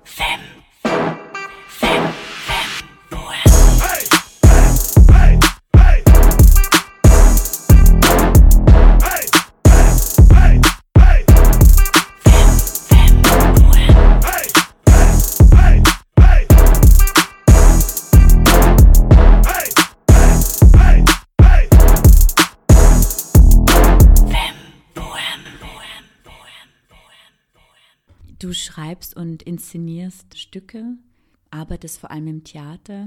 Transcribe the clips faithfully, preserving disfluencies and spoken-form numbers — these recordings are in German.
Fem. Fem. Fem. Poem. Hey! Hey! Hey! Hey! Hey! Hey! Fem. Fem. Poem. Hey! Hey! Hey! Hey! Hey! Hey! Fem. Poem. Poem. Poem. Du schreibst und inszenierst Stücke, arbeitest vor allem im Theater.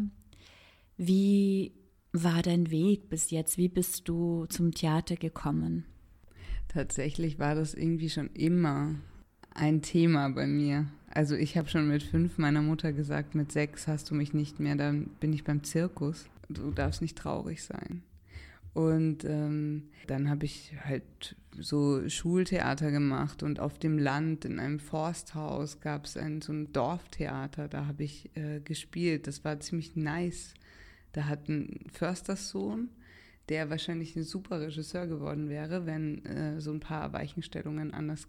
Wie war dein Weg bis jetzt? Wie bist du zum Theater gekommen? Tatsächlich war das irgendwie schon immer ein Thema bei mir. Also ich habe schon mit fünf meiner Mutter gesagt, mit sechs hast du mich nicht mehr, dann bin ich beim Zirkus. Du darfst nicht traurig sein. Und ähm, dann habe ich halt so Schultheater gemacht und auf dem Land in einem Forsthaus gab es ein so ein Dorftheater, da habe ich äh, gespielt. Das war ziemlich nice. Da hat ein Försterssohn, der wahrscheinlich ein super Regisseur geworden wäre, wenn äh, so ein paar Weichenstellungen anders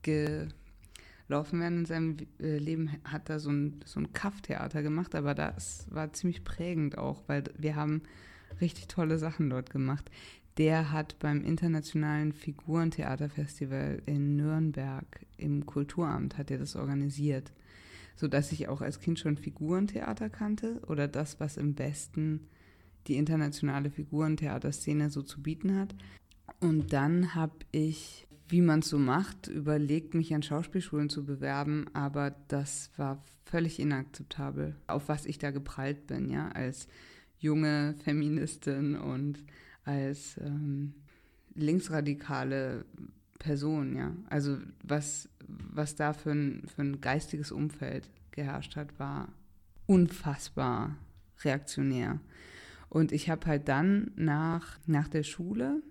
gelaufen wären in seinem äh, Leben, hat er so ein, so ein Kaff-Theater gemacht, aber das war ziemlich prägend auch, weil wir haben richtig tolle Sachen dort gemacht. Der hat beim Internationalen Figurentheaterfestival in Nürnberg im Kulturamt hat er das organisiert, sodass ich auch als Kind schon Figurentheater kannte oder das, was im Westen die internationale Figurentheaterszene so zu bieten hat. Und dann habe ich, wie man es so macht, überlegt, mich an Schauspielschulen zu bewerben, aber das war völlig inakzeptabel, auf was ich da geprallt bin, ja, als junge Feministin und als ähm, linksradikale Person, ja. Also was, was da für ein, für ein geistiges Umfeld geherrscht hat, war unfassbar reaktionär. Und ich habe halt dann nach, nach der Schule,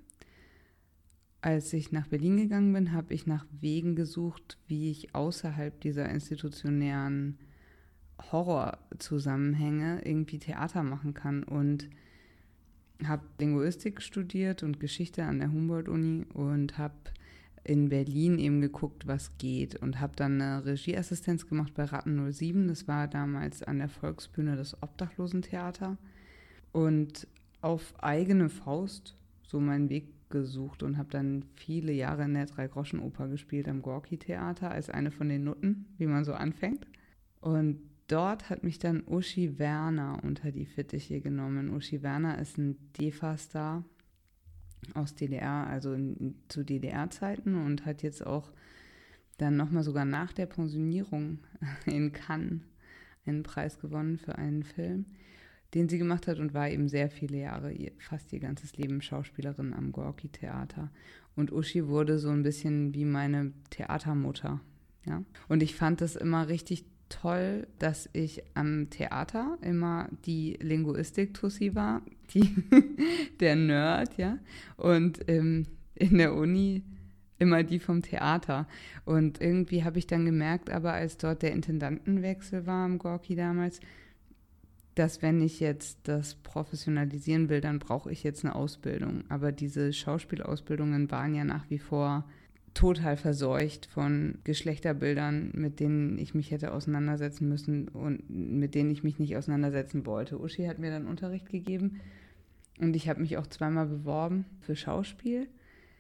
als ich nach Berlin gegangen bin, habe ich nach Wegen gesucht, wie ich außerhalb dieser institutionären Horrorzusammenhänge irgendwie Theater machen kann und habe Linguistik studiert und Geschichte an der Humboldt-Uni und habe in Berlin eben geguckt, was geht und habe dann eine Regieassistenz gemacht bei Ratten null sieben. Das war damals an der Volksbühne das Obdachlosentheater und auf eigene Faust so meinen Weg gesucht und habe dann viele Jahre in der Drei-Groschen-Oper gespielt am Gorki-Theater als eine von den Nutten, wie man so anfängt. Und dort hat mich dann Uschi Werner unter die Fittiche genommen. Uschi Werner ist ein D E F A-Star aus D D R, also in, zu D D R-Zeiten und hat jetzt auch dann nochmal sogar nach der Pensionierung in Cannes einen Preis gewonnen für einen Film, den sie gemacht hat und war eben sehr viele Jahre, fast ihr ganzes Leben Schauspielerin am Gorki-Theater. Und Uschi wurde so ein bisschen wie meine Theatermutter. Ja? Und ich fand das immer richtig toll, dass ich am Theater immer die Linguistik-Tussi war, die, der Nerd, ja, und ähm, in der Uni immer die vom Theater. Und irgendwie habe ich dann gemerkt, aber als dort der Intendantenwechsel war am Gorki damals, dass wenn ich jetzt das professionalisieren will, dann brauche ich jetzt eine Ausbildung. Aber diese Schauspielausbildungen waren ja nach wie vor total verseucht von Geschlechterbildern, mit denen ich mich hätte auseinandersetzen müssen und mit denen ich mich nicht auseinandersetzen wollte. Uschi hat mir dann Unterricht gegeben und ich habe mich auch zweimal beworben für Schauspiel.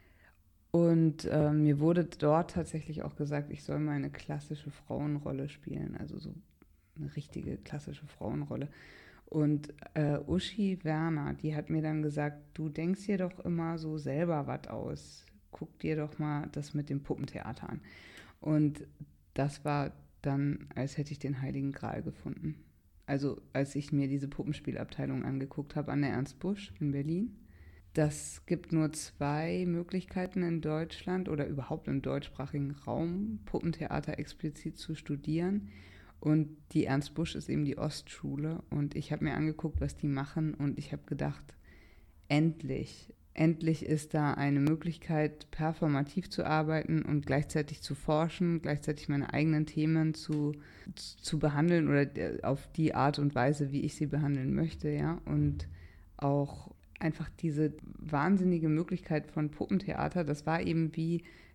Und äh, mir wurde dort tatsächlich auch gesagt, ich soll mal eine klassische Frauenrolle spielen, also so eine richtige klassische Frauenrolle. Und äh, Uschi Werner, die hat mir dann gesagt, du denkst dir doch immer so selber was aus. Guck dir doch mal das mit dem Puppentheater an. Und das war dann, als hätte ich den Heiligen Gral gefunden. Also als ich mir diese Puppenspielabteilung angeguckt habe an der Ernst Busch in Berlin. Das gibt nur zwei Möglichkeiten in Deutschland oder überhaupt im deutschsprachigen Raum, Puppentheater explizit zu studieren. Und die Ernst Busch ist eben die Ostschule. Und ich habe mir angeguckt, was die machen. Und ich habe gedacht, endlich, endlich ist da eine Möglichkeit, performativ zu arbeiten und gleichzeitig zu forschen, gleichzeitig meine eigenen Themen zu, zu behandeln oder auf die Art und Weise, wie ich sie behandeln möchte, ja. Und auch einfach diese wahnsinnige Möglichkeit von Puppentheater, das war eben wie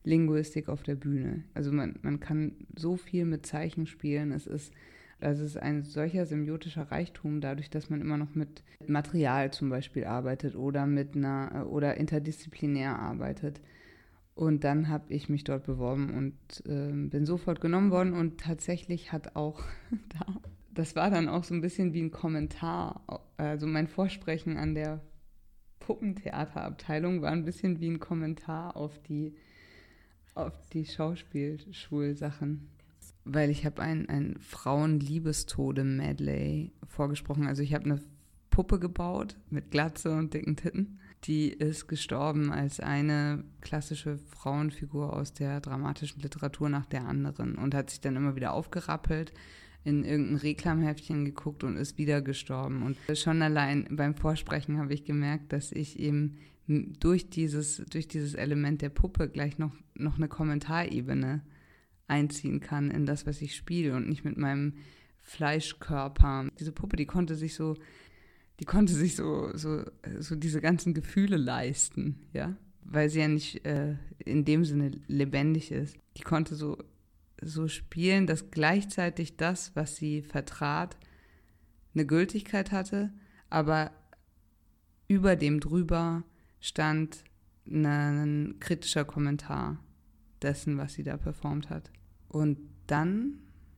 Linguistik auf der Bühne. Also man, man kann so viel mit Zeichen spielen. Es ist, also es ist ein solcher semiotischer Reichtum, dadurch, dass man immer noch mit Material zum Beispiel arbeitet oder mit einer oder interdisziplinär arbeitet. Und dann habe ich mich dort beworben und äh, bin sofort genommen worden und tatsächlich hat auch da, das war dann auch so ein bisschen wie ein Kommentar, also mein Vorsprechen an der Puppentheaterabteilung war ein bisschen wie ein Kommentar auf die, auf die Schauspielschulsachen. Weil ich habe ein, ein Frauen-Liebestode-Medley vorgesprochen. Also ich habe eine Puppe gebaut mit Glatze und dicken Titten. Die ist gestorben als eine klassische Frauenfigur aus der dramatischen Literatur nach der anderen und hat sich dann immer wieder aufgerappelt, in irgendein Reklamheftchen geguckt und ist wieder gestorben. Und schon allein beim Vorsprechen habe ich gemerkt, dass ich eben durch dieses, durch dieses Element der Puppe gleich noch, noch eine Kommentarebene einziehen kann in das, was ich spiele und nicht mit meinem Fleischkörper. Diese Puppe, die konnte sich so, die konnte sich so, so, so diese ganzen Gefühle leisten, ja, weil sie ja nicht äh, in dem Sinne lebendig ist. Die konnte so, so spielen, dass gleichzeitig das, was sie vertrat, eine Gültigkeit hatte, aber über dem drüber stand ein kritischer Kommentar dessen, was sie da performt hat. Und dann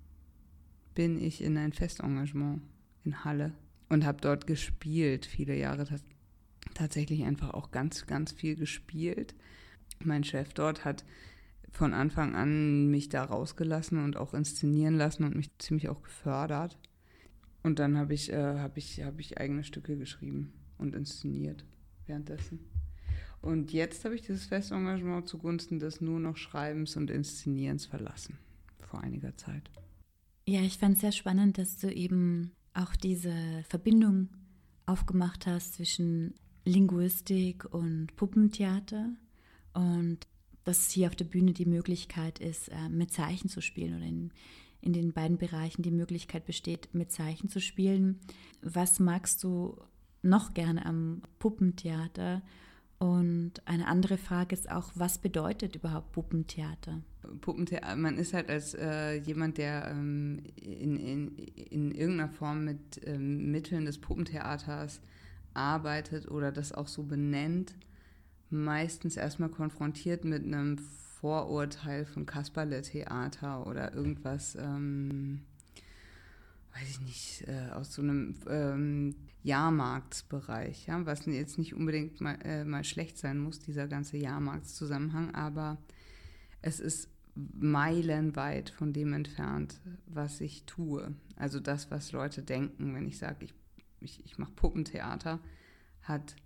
bin ich in ein Festengagement in Halle und habe dort gespielt, viele Jahre t- tatsächlich einfach auch ganz, ganz viel gespielt. Mein Chef dort hat von Anfang an mich da rausgelassen und auch inszenieren lassen und mich ziemlich auch gefördert. Und dann habe ich, äh, hab ich, hab ich eigene Stücke geschrieben und inszeniert währenddessen. Und jetzt habe ich dieses Festengagement zugunsten des nur noch Schreibens und Inszenierens verlassen, vor einiger Zeit. Ja, ich fand es sehr spannend, dass du eben auch diese Verbindung aufgemacht hast zwischen Linguistik und Puppentheater und dass hier auf der Bühne die Möglichkeit ist, mit Zeichen zu spielen oder in, in den beiden Bereichen die Möglichkeit besteht, mit Zeichen zu spielen. Was magst du noch gerne am Puppentheater? Und eine andere Frage ist auch, was bedeutet überhaupt Puppentheater? Puppentheater, man ist halt als äh, jemand, der ähm, in, in, in irgendeiner Form mit ähm, Mitteln des Puppentheaters arbeitet oder das auch so benennt, meistens erstmal konfrontiert mit einem Vorurteil von Kasperle-Theater oder irgendwas, ähm, weiß ich nicht, äh, aus so einem ähm, Jahrmarktsbereich, ja, was jetzt nicht unbedingt mal, äh, mal schlecht sein muss, dieser ganze Jahrmarktszusammenhang, aber es ist meilenweit von dem entfernt, was ich tue. Also das, was Leute denken, wenn ich sage, ich, ich, ich mache Puppentheater, hat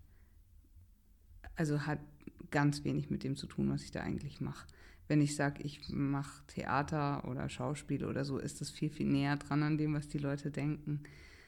also hat ganz wenig mit dem zu tun, was ich da eigentlich mache. Wenn ich sage, ich mache Theater oder Schauspiel oder so, ist das viel, viel näher dran an dem, was die Leute denken.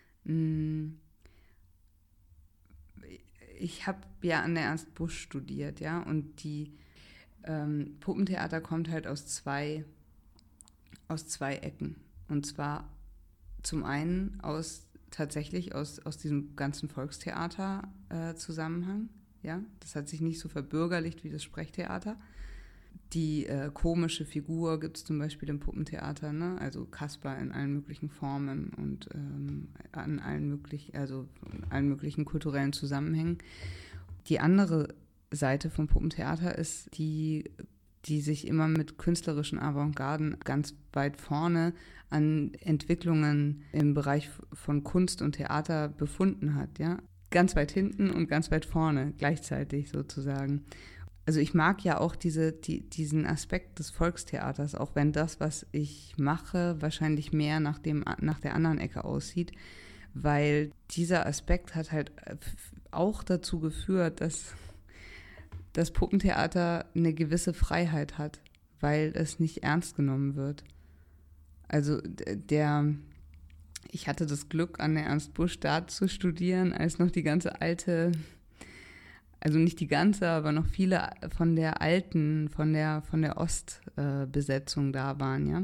Ich habe ja an der Ernst Busch studiert, ja, und die ähm, Puppentheater kommt halt aus zwei, aus zwei Ecken. Und zwar zum einen aus tatsächlich aus, aus diesem ganzen Volkstheater-Zusammenhang. Äh, Ja, das hat sich nicht so verbürgerlicht wie das Sprechtheater. Die äh, komische Figur gibt es zum Beispiel im Puppentheater, ne? Also Kasper in allen möglichen Formen und ähm, an allen möglichen, also in allen möglichen kulturellen Zusammenhängen. Die andere Seite vom Puppentheater ist die, die sich immer mit künstlerischen Avantgarden ganz weit vorne an Entwicklungen im Bereich von Kunst und Theater befunden hat, ja. Ganz weit hinten und ganz weit vorne gleichzeitig sozusagen. Also ich mag ja auch diese, die, diesen Aspekt des Volkstheaters, auch wenn das, was ich mache, wahrscheinlich mehr nach, dem, nach der anderen Ecke aussieht, weil dieser Aspekt hat halt auch dazu geführt, dass das Puppentheater eine gewisse Freiheit hat, weil es nicht ernst genommen wird. Also der... Ich hatte das Glück, an der Ernst Busch da zu studieren, als noch die ganze alte, also nicht die ganze, aber noch viele von der alten, von der, von der Ostbesetzung äh, da waren, ja.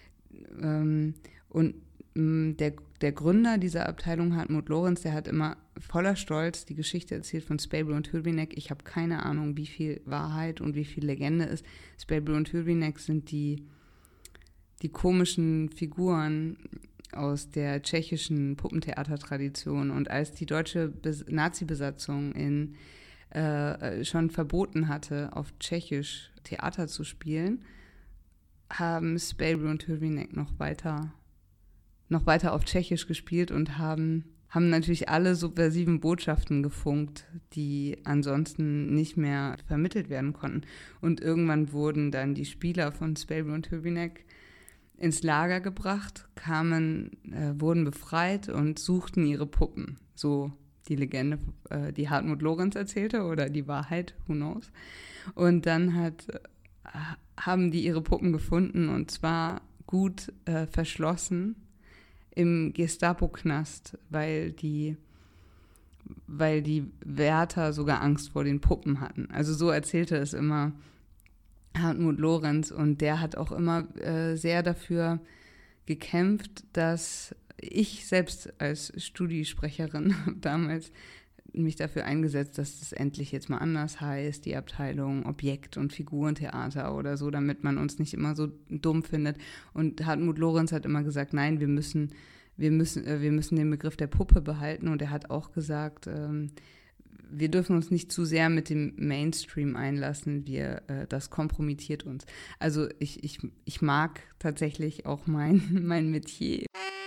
Ähm, und ähm, der, der Gründer dieser Abteilung, Hartmut Lorenz, der hat immer voller Stolz die Geschichte erzählt von Spejbl und Hürbinek. Ich habe keine Ahnung, wie viel Wahrheit und wie viel Legende ist. Spejbl und Hürbinek sind die, die komischen Figuren aus der tschechischen Puppentheatertradition. Und als die deutsche Bes- Nazi-Besatzung in, äh, schon verboten hatte, auf Tschechisch Theater zu spielen, haben Spejbl und Hürbinek noch weiter, noch weiter auf Tschechisch gespielt und haben, haben natürlich alle subversiven Botschaften gefunkt, die ansonsten nicht mehr vermittelt werden konnten. Und irgendwann wurden dann die Spieler von Spejbl und Hürbinek ins Lager gebracht, kamen, äh, wurden befreit und suchten ihre Puppen. So die Legende, äh, die Hartmut Lorenz erzählte, oder die Wahrheit, who knows. Und dann hat, äh, haben die ihre Puppen gefunden, und zwar gut äh, verschlossen im Gestapo-Knast, weil die, weil die Wärter sogar Angst vor den Puppen hatten. Also so erzählte es immer Hartmut Lorenz, und der hat auch immer äh, sehr dafür gekämpft, dass ich selbst als Studiesprecherin damals mich dafür eingesetzt, dass es endlich jetzt mal anders heißt, die Abteilung Objekt- und Figurentheater oder so, damit man uns nicht immer so dumm findet. Und Hartmut Lorenz hat immer gesagt, nein, wir müssen, wir müssen, äh, wir müssen den Begriff der Puppe behalten, und er hat auch gesagt, ähm, wir dürfen uns nicht zu sehr mit dem Mainstream einlassen, wir, äh, das kompromittiert uns. Also ich, ich, ich mag tatsächlich auch mein, mein Metier.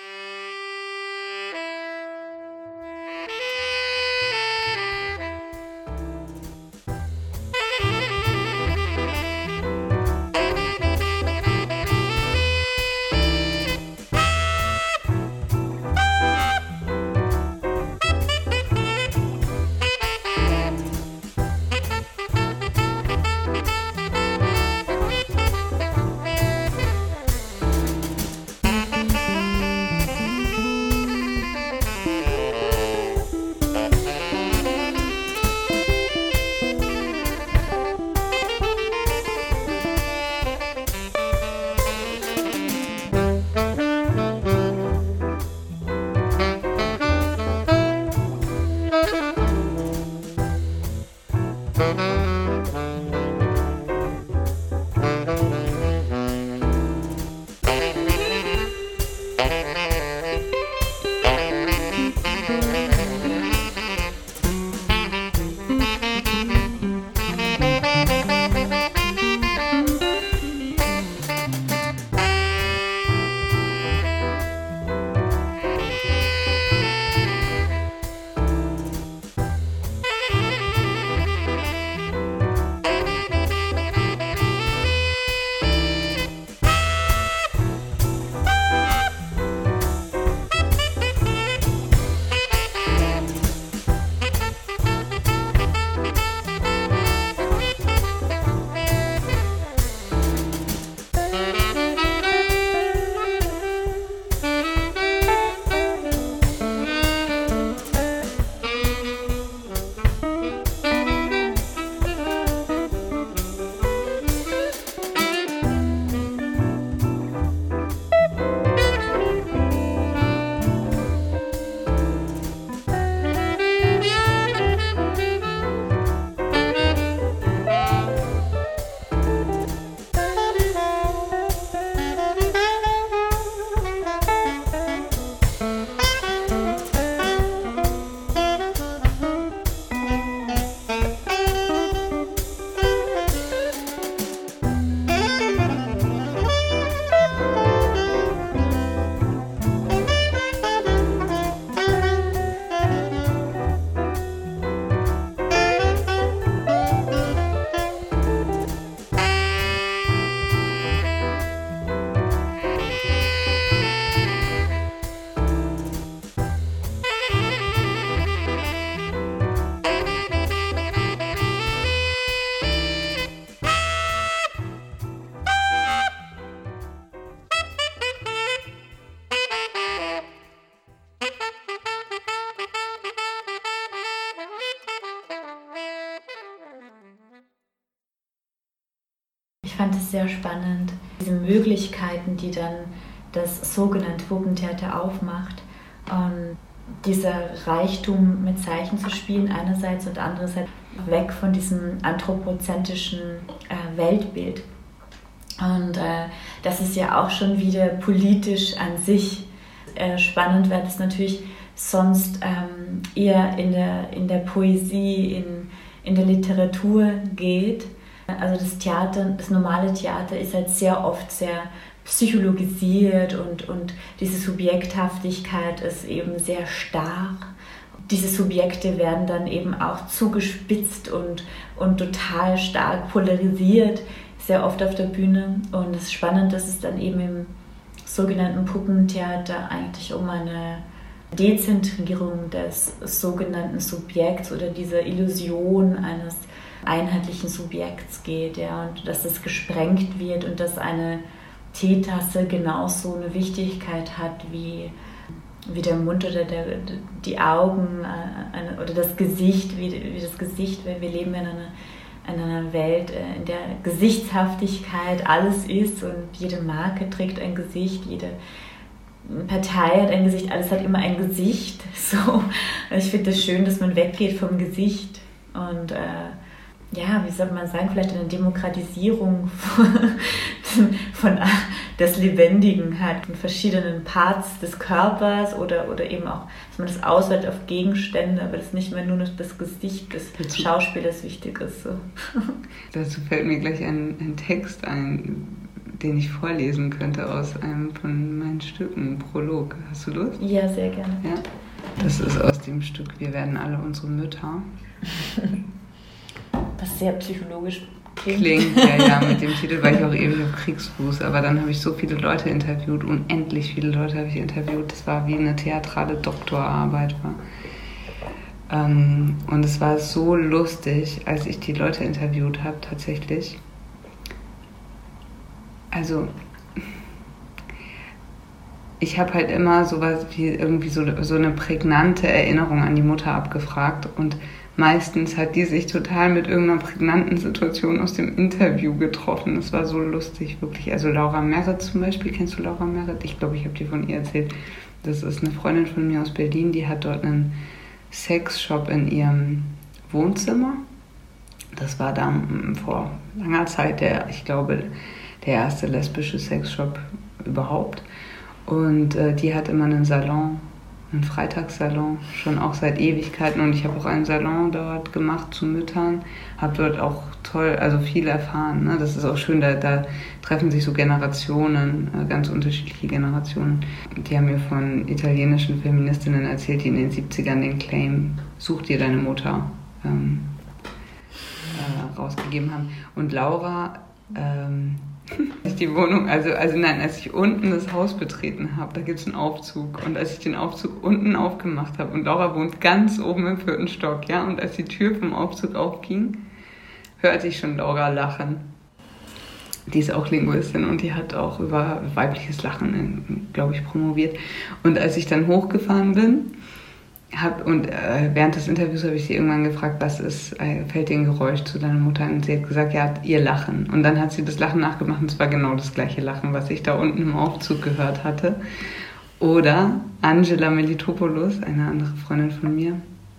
Ich fand es sehr spannend, diese Möglichkeiten, die dann das sogenannte Puppentheater aufmacht. Und dieser Reichtum mit Zeichen zu spielen einerseits und andererseits weg von diesem anthropozentrischen äh, Weltbild. Und äh, das ist ja auch schon wieder politisch an sich äh, spannend, weil das natürlich sonst ähm, eher in der, in der Poesie, in, in der Literatur geht. Also das Theater, das normale Theater ist halt sehr oft sehr psychologisiert und, und diese Subjekthaftigkeit ist eben sehr stark. Diese Subjekte werden dann eben auch zugespitzt und, und total stark polarisiert, sehr oft auf der Bühne. Und es ist spannend, dass es dann eben im sogenannten Puppentheater eigentlich um eine Dezentrierung des sogenannten Subjekts oder dieser Illusion eines einheitlichen Subjekts geht, ja, und dass das gesprengt wird und dass eine Teetasse genauso eine Wichtigkeit hat wie, wie der Mund oder der, die Augen äh, eine, oder das Gesicht, wie, wie das Gesicht, weil wir leben in einer, in einer Welt, äh, in der Gesichtshaftigkeit alles ist und jede Marke trägt ein Gesicht, jede Partei hat ein Gesicht, alles hat immer ein Gesicht. So. Ich finde es das schön, dass man weggeht vom Gesicht und äh, ja, wie soll man sagen, vielleicht eine Demokratisierung von, von des Lebendigen hat, in verschiedenen Parts des Körpers oder, oder eben auch, dass man das ausweitet auf Gegenstände, aber das nicht mehr nur das Gesicht des Dazu. Schauspielers wichtig ist. So. Dazu fällt mir gleich ein, ein Text ein, den ich vorlesen könnte aus einem von meinen Stücken, Prolog. Hast du Lust? Ja, sehr gerne. Ja? Das ist aus dem Stück Wir werden alle unsere Mütter. Was sehr psychologisch klingt. Klingt, ja, ja, mit dem Titel war ich auch ewig auf Kriegsfuß, aber dann habe ich so viele Leute interviewt, unendlich viele Leute habe ich interviewt, das war wie eine theatrale Doktorarbeit war. Ähm, und es war so lustig, als ich die Leute interviewt habe, tatsächlich. Also, ich habe halt immer sowas wie irgendwie so, so eine prägnante Erinnerung an die Mutter abgefragt und meistens hat die sich total mit irgendeiner prägnanten Situation aus dem Interview getroffen. Das war so lustig, wirklich. Also Laura Merritt zum Beispiel, kennst du Laura Merritt? Ich glaube, ich habe dir von ihr erzählt. Das ist eine Freundin von mir aus Berlin, die hat dort einen Sexshop in ihrem Wohnzimmer. Das war dann vor langer Zeit der, ich glaube, der erste lesbische Sexshop überhaupt. Und äh, die hat immer einen Salon, einen Freitagssalon, schon auch seit Ewigkeiten. Und ich habe auch einen Salon dort gemacht zu Müttern, habe dort auch toll, also viel erfahren. Ne? Das ist auch schön, da, da treffen sich so Generationen, äh, ganz unterschiedliche Generationen. Die haben mir von italienischen Feministinnen erzählt, die in den siebzigern den Claim "Such dir deine Mutter" ähm, äh, rausgegeben haben. Und Laura... Ähm, als ich die Wohnung, also, also nein, als ich unten das Haus betreten habe, da gibt es einen Aufzug und als ich den Aufzug unten aufgemacht habe und Laura wohnt ganz oben im vierten Stock, ja, und als die Tür vom Aufzug aufging, hörte ich schon Laura lachen. Die ist auch Linguistin und die hat auch über weibliches Lachen, glaube ich, promoviert. Und als ich dann hochgefahren bin, Hab, und äh, während des Interviews habe ich sie irgendwann gefragt, was ist, äh, fällt dir ein Geräusch zu deiner Mutter? Und sie hat gesagt, ja, ihr Lachen. Und dann hat sie das Lachen nachgemacht und es war genau das gleiche Lachen, was ich da unten im Aufzug gehört hatte. Oder Angela Melitopoulos, eine andere Freundin von mir,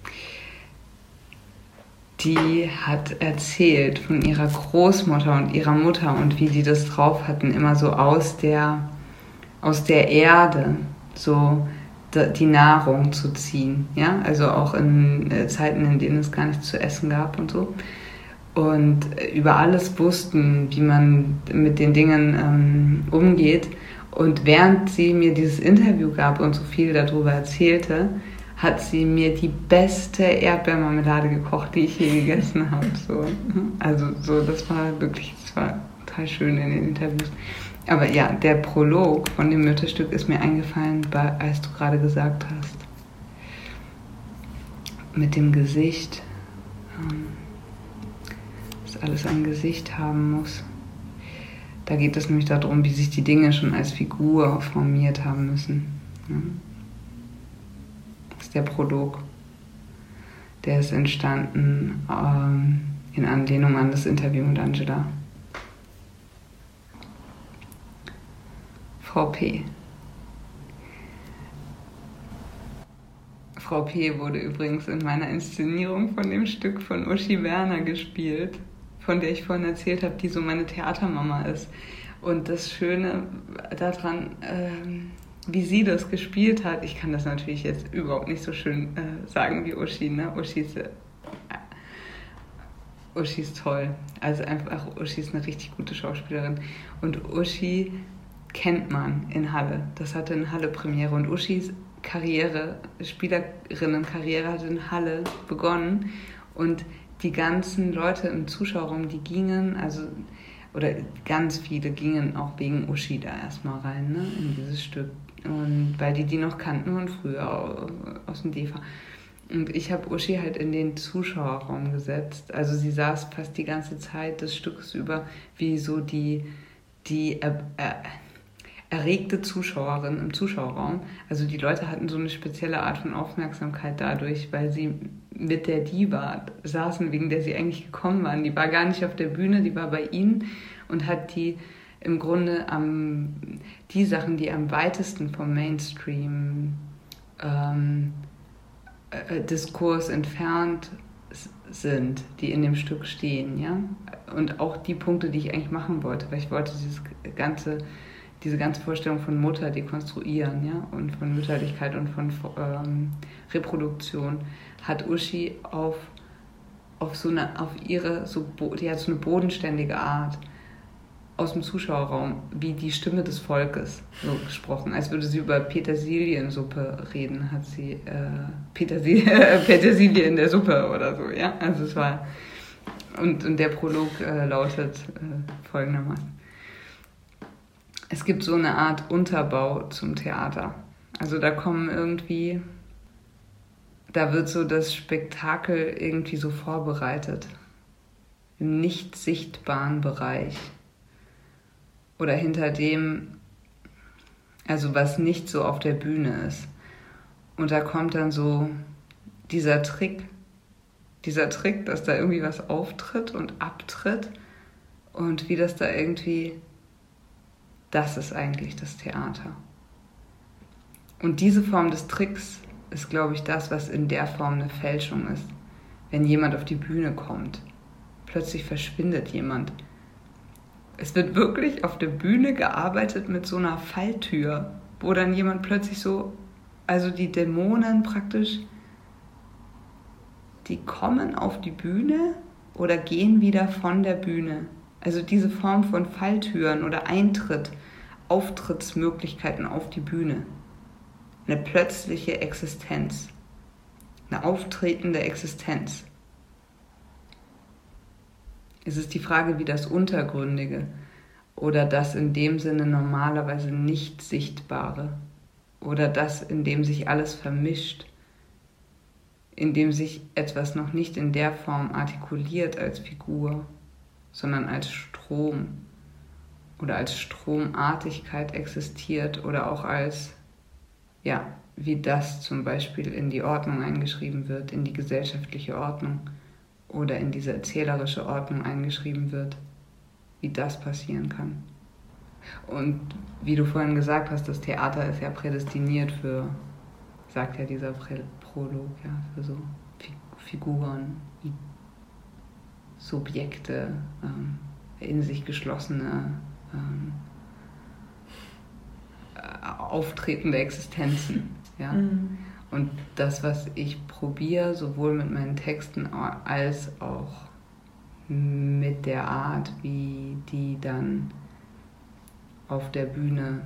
die hat erzählt von ihrer Großmutter und ihrer Mutter und wie die das drauf hatten, immer so aus der, aus der Erde, so die Nahrung zu ziehen, ja, also auch in äh, Zeiten, in denen es gar nichts zu essen gab und so, und über alles wussten, wie man mit den Dingen ähm, umgeht. Und während sie mir dieses Interview gab und so viel darüber erzählte, hat sie mir die beste Erdbeermarmelade gekocht, die ich je gegessen habe. So. Also so, das war wirklich, das war total schön in den Interviews. Aber ja, der Prolog von dem Mütterstück ist mir eingefallen, als du gerade gesagt hast, mit dem Gesicht, dass alles ein Gesicht haben muss. Da geht es nämlich darum, wie sich die Dinge schon als Figur formiert haben müssen. Das ist der Prolog. Der ist entstanden ähm, in Anlehnung an das Interview mit Angela. Frau P. Frau P. wurde übrigens in meiner Inszenierung von dem Stück von Uschi Werner gespielt, von der ich vorhin erzählt habe, die so meine Theatermama ist. Und das Schöne daran, ähm, wie sie das gespielt hat, ich kann das natürlich jetzt überhaupt nicht so schön äh, sagen wie Uschi, ne? Uschi ist, äh, Uschi ist toll. Also einfach, Uschi ist eine richtig gute Schauspielerin. Und Uschi kennt man in Halle. Das hatte in Halle Premiere. Und Uschis Karriere, Spielerinnenkarriere hat in Halle begonnen. Und die ganzen Leute im Zuschauerraum, die gingen, also oder ganz viele gingen auch wegen Uschi da erstmal rein, ne, in dieses Stück. Und weil die die noch kannten von früher aus dem D E F A. Und ich habe Uschi halt in den Zuschauerraum gesetzt. Also sie saß fast die ganze Zeit des Stückes über wie so die, die er, er, erregte Zuschauerin im Zuschauerraum. Also die Leute hatten so eine spezielle Art von Aufmerksamkeit dadurch, weil sie mit der Diva saßen, wegen der sie eigentlich gekommen waren. Die war gar nicht auf der Bühne, die war bei ihnen und hat die im Grunde am, die Sachen, die am weitesten vom Mainstream ähm, äh, Diskurs entfernt sind, die in dem Stück stehen, ja. Und auch die Punkte, die ich eigentlich machen wollte, weil ich wollte dieses ganze diese ganze Vorstellung von Mutter dekonstruieren, ja, und von Mütterlichkeit und von ähm, Reproduktion, hat Uschi auf, auf so eine, auf ihre, so, die hat so eine bodenständige Art aus dem Zuschauerraum, wie die Stimme des Volkes, so gesprochen. Als würde sie über Petersiliensuppe reden, hat sie äh, Petersilie, Petersilie in der Suppe oder so, ja. Also es war, und, und der Prolog äh, lautet äh, folgendermaßen. Es gibt so eine Art Unterbau zum Theater. Also da kommen irgendwie, da wird so das Spektakel irgendwie so vorbereitet. Im nicht sichtbaren Bereich. Oder hinter dem, also was nicht so auf der Bühne ist. Und da kommt dann so dieser Trick, dieser Trick, dass da irgendwie was auftritt und abtritt und wie das da irgendwie... Das ist eigentlich das Theater. Und diese Form des Tricks ist, glaube ich, das, was in der Form eine Fälschung ist. Wenn jemand auf die Bühne kommt, plötzlich verschwindet jemand. Es wird wirklich auf der Bühne gearbeitet mit so einer Falltür, wo dann jemand plötzlich so, also die Dämonen praktisch, die kommen auf die Bühne oder gehen wieder von der Bühne. Also diese Form von Falltüren oder Eintritt, Auftrittsmöglichkeiten auf die Bühne. Eine plötzliche Existenz. Eine auftretende Existenz. Es ist die Frage, wie das Untergründige oder das in dem Sinne normalerweise nicht Sichtbare oder das, in dem sich alles vermischt, in dem sich etwas noch nicht in der Form artikuliert als Figur, sondern als Strom oder als Stromartigkeit existiert oder auch als, ja, wie das zum Beispiel in die Ordnung eingeschrieben wird, in die gesellschaftliche Ordnung oder in diese erzählerische Ordnung eingeschrieben wird, wie das passieren kann. Und wie du vorhin gesagt hast, das Theater ist ja prädestiniert für, sagt ja dieser Prolog, ja, für so Figuren, Subjekte, ähm, in sich geschlossene, ähm, auftretende Existenzen. Ja? Mhm. Und das, was ich probiere, sowohl mit meinen Texten als auch mit der Art, wie die dann auf der Bühne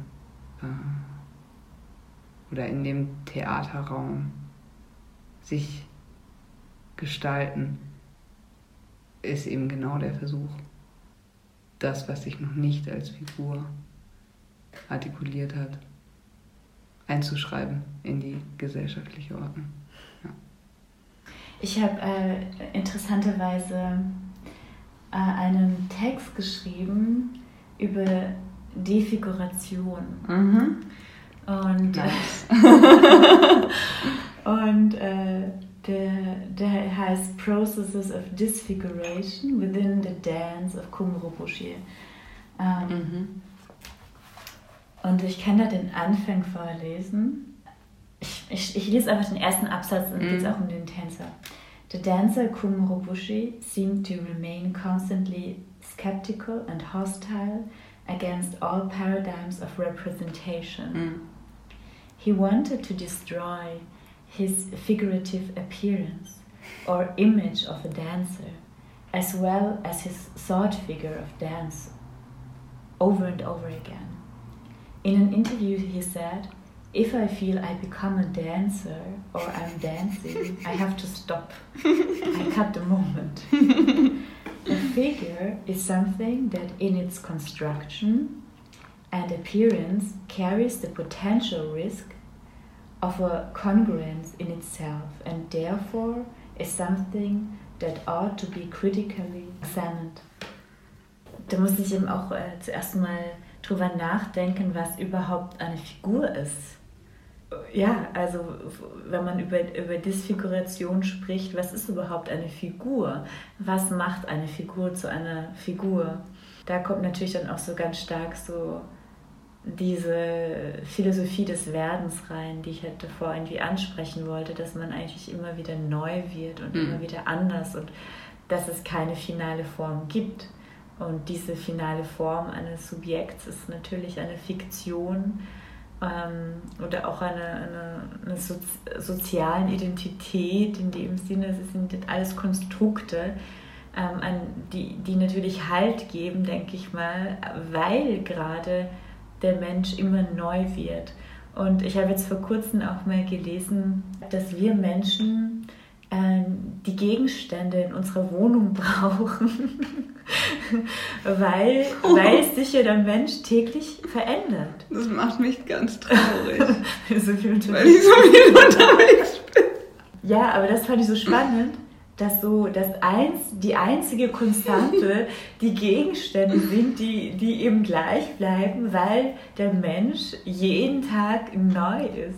äh, oder in dem Theaterraum sich gestalten, ist eben genau der Versuch, das, was sich noch nicht als Figur artikuliert hat, einzuschreiben in die gesellschaftliche Ordnung. Ja. Ich habe äh, interessanterweise äh, einen Text geschrieben über Defiguration. Mhm. Und, nice. und äh, Der, der heißt Processes of Disfiguration within the Dance of Kumrubushi. Ähm, mhm. Und ich kann da den Anfang vorlesen. Ich Ich, ich lese einfach den ersten Absatz und Mhm. geht es auch um den Tänzer. The dancer Kumorobushi seemed to remain constantly skeptical and hostile against all paradigms of representation. Mhm. He wanted to destroy his figurative appearance or image of a dancer, as well as his thought figure of dance, over and over again. In an interview he said, "If I feel I become a dancer or I'm dancing, I have to stop. I cut the moment." A figure is something that in its construction and appearance carries the potential risk of a congruence in itself and therefore is something that ought to be critically examined. Da muss ich eben auch äh, zuerst mal drüber nachdenken, was überhaupt eine Figur ist. Ja, also wenn man über, über Disfiguration spricht, was ist überhaupt eine Figur? Was macht eine Figur zu einer Figur? Da kommt natürlich dann auch so ganz stark so diese Philosophie des Werdens rein, die ich halt davor irgendwie ansprechen wollte, dass man eigentlich immer wieder neu wird und Mhm. immer wieder anders und dass es keine finale Form gibt. Und diese finale Form eines Subjekts ist natürlich eine Fiktion ähm, oder auch eine, eine, eine Sozi sozialen Identität in dem Sinne, es sind alles Konstrukte, ähm, an, die, die natürlich Halt geben, denke ich mal, weil gerade der Mensch immer neu wird. Und ich habe jetzt vor kurzem auch mal gelesen, dass wir Menschen ähm, die Gegenstände in unserer Wohnung brauchen, weil, weil sich ja der Mensch täglich verändert. Das macht mich ganz traurig, So viel unter- weil ich so viel unterwegs bin. Ja, aber das fand ich so spannend, dass so das eins, die einzige Konstante die Gegenstände sind, die, die eben gleich bleiben, weil der Mensch jeden Tag neu ist.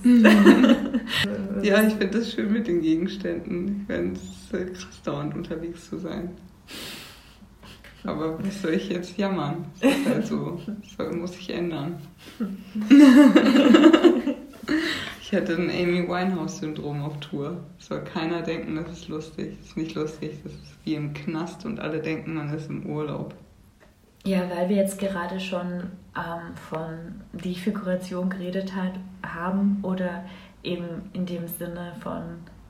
Ja, ich finde das schön mit den Gegenständen. Ich fände es äh, krass, dauernd unterwegs zu sein. Aber was soll ich jetzt jammern? Das ist halt so. Das muss sich ändern. Ich hatte ein Amy Winehouse-Syndrom auf Tour. Soll keiner denken, das ist lustig. Das ist nicht lustig. Das ist wie im Knast und alle denken, man ist im Urlaub. Ja, weil wir jetzt gerade schon ähm, von Defiguration geredet hat, haben oder eben in dem Sinne von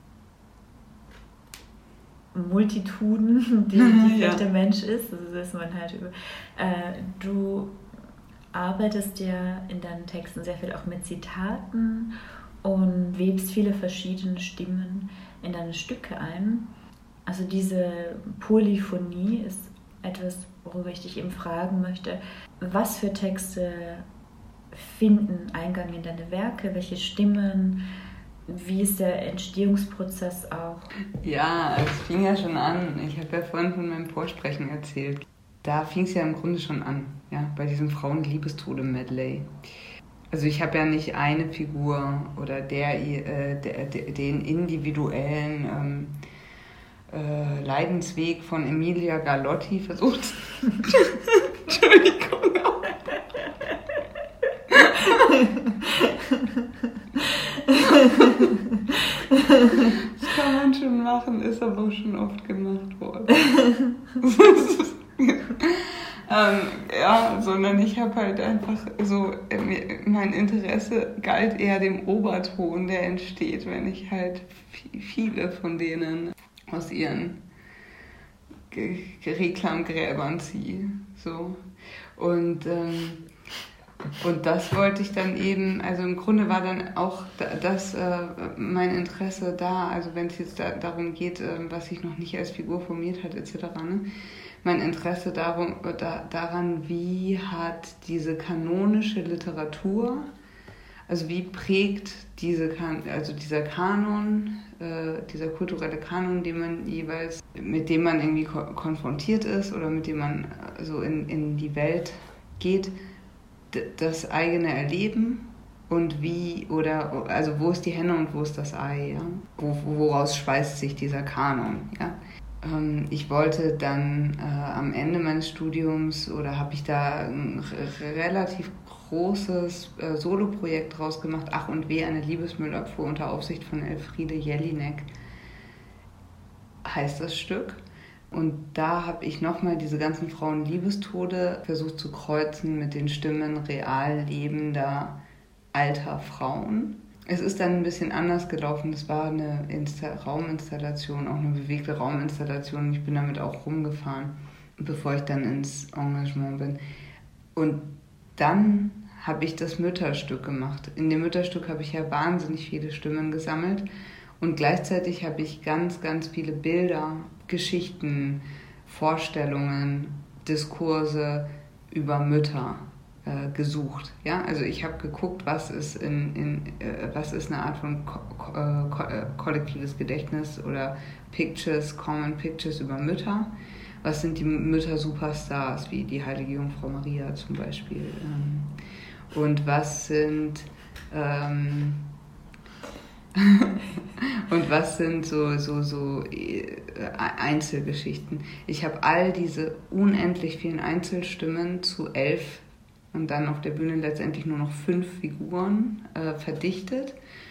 Multituden, die, die vielleicht Ja. der Mensch ist, also dass man halt über... Äh, du arbeitest ja in deinen Texten sehr viel auch mit Zitaten und webst viele verschiedene Stimmen in deine Stücke ein. Also diese Polyphonie ist etwas, worüber ich dich eben fragen möchte. Was für Texte finden Eingang in deine Werke? Welche Stimmen? Wie ist der Entstehungsprozess auch? Ja, es fing ja schon an. Ich habe ja vorhin von meinem Vorsprechen erzählt. Da fing es ja im Grunde schon an, ja, bei diesem Frauen-Liebestode-Medley. Also ich habe ja nicht eine Figur oder der, äh, der, der, den individuellen ähm, äh, Leidensweg von Emilia Galotti versucht. Entschuldigung. Das kann man schon machen, ist aber schon oft gemacht worden. ähm, ja, sondern ich habe halt einfach so, mein Interesse galt eher dem Oberton, der entsteht, wenn ich halt viele von denen aus ihren Ge- Reklamgräbern ziehe. So. Und, ähm, und das wollte ich dann eben, also im Grunde war dann auch das äh, mein Interesse da, also wenn es jetzt da, darum geht, äh, was sich noch nicht als Figur formiert hat, et cetera, ne? Mein Interesse darum, da, daran, wie hat diese kanonische Literatur, also wie prägt diese kan also dieser Kanon, äh, dieser kulturelle Kanon, den man jeweils, mit dem man irgendwie ko konfrontiert ist oder mit dem man so in, in die Welt geht, das eigene Erleben und wie, oder, also wo ist die Henne und wo ist das Ei, ja? Wo, woraus speist sich dieser Kanon, ja? Ähm, ich wollte dann äh, am Ende meines Studiums, oder habe ich da einen relativ großes äh, Soloprojekt draus gemacht, Ach und Weh, eine Liebesmüllabfuhr unter Aufsicht von Elfriede Jelinek, heißt das Stück. Und da habe ich nochmal diese ganzen Frauen-Liebestode versucht zu kreuzen mit den Stimmen real lebender alter Frauen. Es ist dann ein bisschen anders gelaufen. Das war eine Insta- Rauminstallation, auch eine bewegte Rauminstallation. Ich bin damit auch rumgefahren, bevor ich dann ins Engagement bin. Und dann habe ich das Mütterstück gemacht. In dem Mütterstück habe ich ja wahnsinnig viele Stimmen gesammelt. Und gleichzeitig habe ich ganz, ganz viele Bilder, Geschichten, Vorstellungen, Diskurse über Mütter äh, gesucht. Ja? Also ich habe geguckt, was ist, in, in, äh, was ist eine Art von ko- ko- ko- äh, kollektives Gedächtnis oder Pictures, Common Pictures über Mütter. Was sind die Mütter-Superstars, wie die heilige Jungfrau Maria zum Beispiel? Ähm, und was sind... Ähm, und was sind so, so, so Einzelgeschichten? Ich habe all diese unendlich vielen Einzelstimmen zu elf und dann auf der Bühne letztendlich nur noch fünf Figuren äh, verdichtet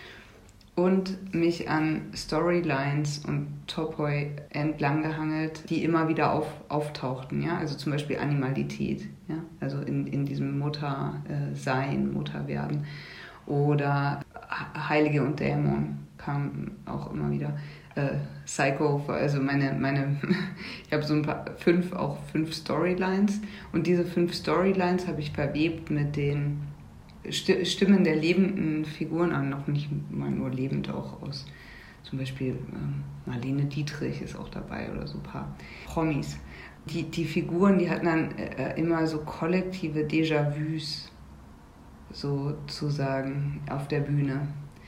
und mich an Storylines und Topoi entlang gehangelt, die immer wieder auf, auftauchten. Ja? Also zum Beispiel Animalität, ja? Also in, in diesem Muttersein, Mutterwerden. Oder Heilige und Dämon kam auch immer wieder. Äh, Psycho, also meine, meine ich habe so ein paar, fünf, auch fünf Storylines. Und diese fünf Storylines habe ich verwebt mit den Stimmen der lebenden Figuren, aber noch nicht mal nur lebend, auch aus zum Beispiel ähm, Marlene Dietrich ist auch dabei oder so ein paar Promis. Die, die Figuren, die hatten dann äh, immer so kollektive Déjà-vus sozusagen auf der Bühne.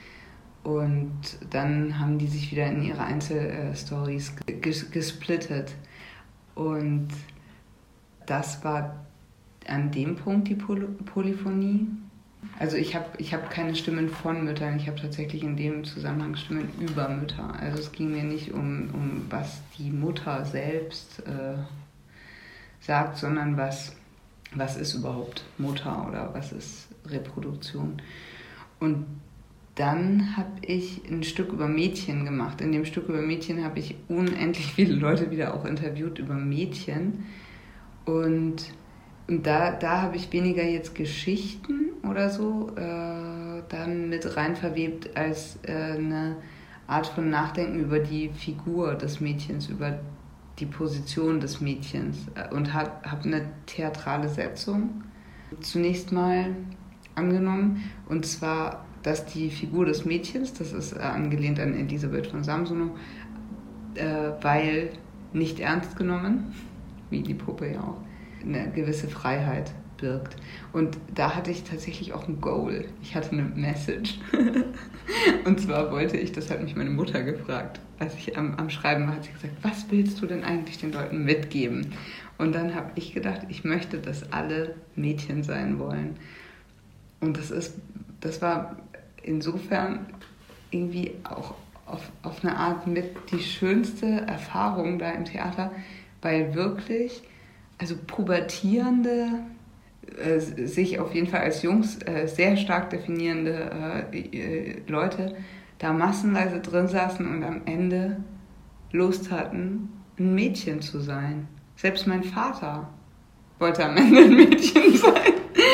Und dann haben die sich wieder in ihre Einzelstories ges- gesplittet. Und das war an dem Punkt die Poly- Polyphonie. Also ich habe ich hab keine Stimmen von Müttern, ich habe tatsächlich in dem Zusammenhang Stimmen über Mütter. Also es ging mir nicht um, um was die Mutter selbst äh, sagt, sondern was, was ist überhaupt Mutter oder was ist Reproduktion. Und dann habe ich ein Stück über Mädchen gemacht. In dem Stück über Mädchen habe ich unendlich viele Leute wieder auch interviewt über Mädchen. Und, und da, da habe ich weniger jetzt Geschichten oder so äh, dann mit rein verwebt als äh, eine Art von Nachdenken über die Figur des Mädchens, über die Position des Mädchens und habe hab eine theatrale Setzung zunächst mal angenommen, und zwar, dass die Figur des Mädchens, das ist äh, angelehnt an Elisabeth von Samsonow, äh, weil nicht ernst genommen, wie die Puppe ja auch, eine gewisse Freiheit birgt. Und da hatte ich tatsächlich auch ein Goal. Ich hatte eine Message. Und zwar wollte ich, das hat mich meine Mutter gefragt, als ich am, am Schreiben war, hat sie gesagt, was willst du denn eigentlich den Leuten mitgeben? Und dann habe ich gedacht, ich möchte, dass alle Mädchen sein wollen. Und das ist, das war insofern irgendwie auch auf, auf eine Art mit die schönste Erfahrung da im Theater, weil wirklich, also pubertierende, äh, sich auf jeden Fall als Jungs äh, sehr stark definierende äh, äh, Leute da massenweise drin saßen und am Ende Lust hatten, ein Mädchen zu sein. Selbst mein Vater wollte am Ende ein Mädchen sein.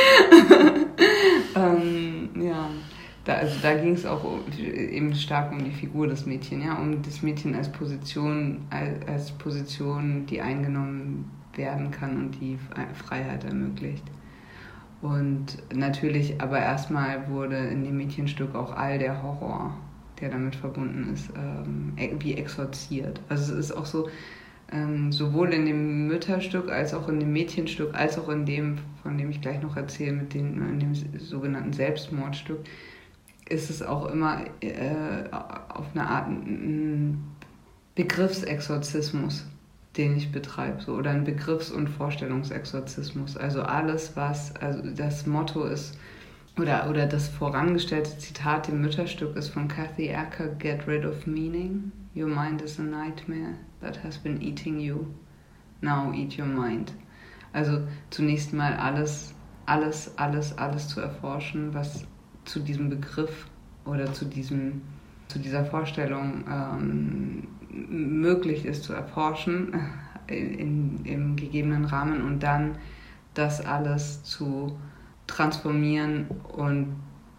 ähm, ja, da, also da ging es auch um, eben stark um die Figur des Mädchens, ja, um das Mädchen als Position, als, als Position, die eingenommen werden kann und die Freiheit ermöglicht. Und natürlich, aber erstmal wurde in dem Mädchenstück auch all der Horror, der damit verbunden ist, ähm, wie exorziert. Also es ist auch so, ähm, sowohl in dem Mütterstück als auch in dem Mädchenstück, als auch in dem, von dem ich gleich noch erzähle, mit den, in dem sogenannten Selbstmordstück, ist es auch immer äh, auf eine Art ein Begriffsexorzismus, den ich betreibe, so, oder ein Begriffs- und Vorstellungsexorzismus. Also alles, was, also das Motto ist, oder, oder das vorangestellte Zitat im Mütterstück ist von Kathy Acker, "Get rid of meaning. Your mind is a nightmare that has been eating you. Now eat your mind." Also zunächst mal alles alles, alles, alles zu erforschen, was zu diesem Begriff oder zu, diesem, zu dieser Vorstellung ähm, möglich ist zu erforschen in, im gegebenen Rahmen und dann das alles zu transformieren und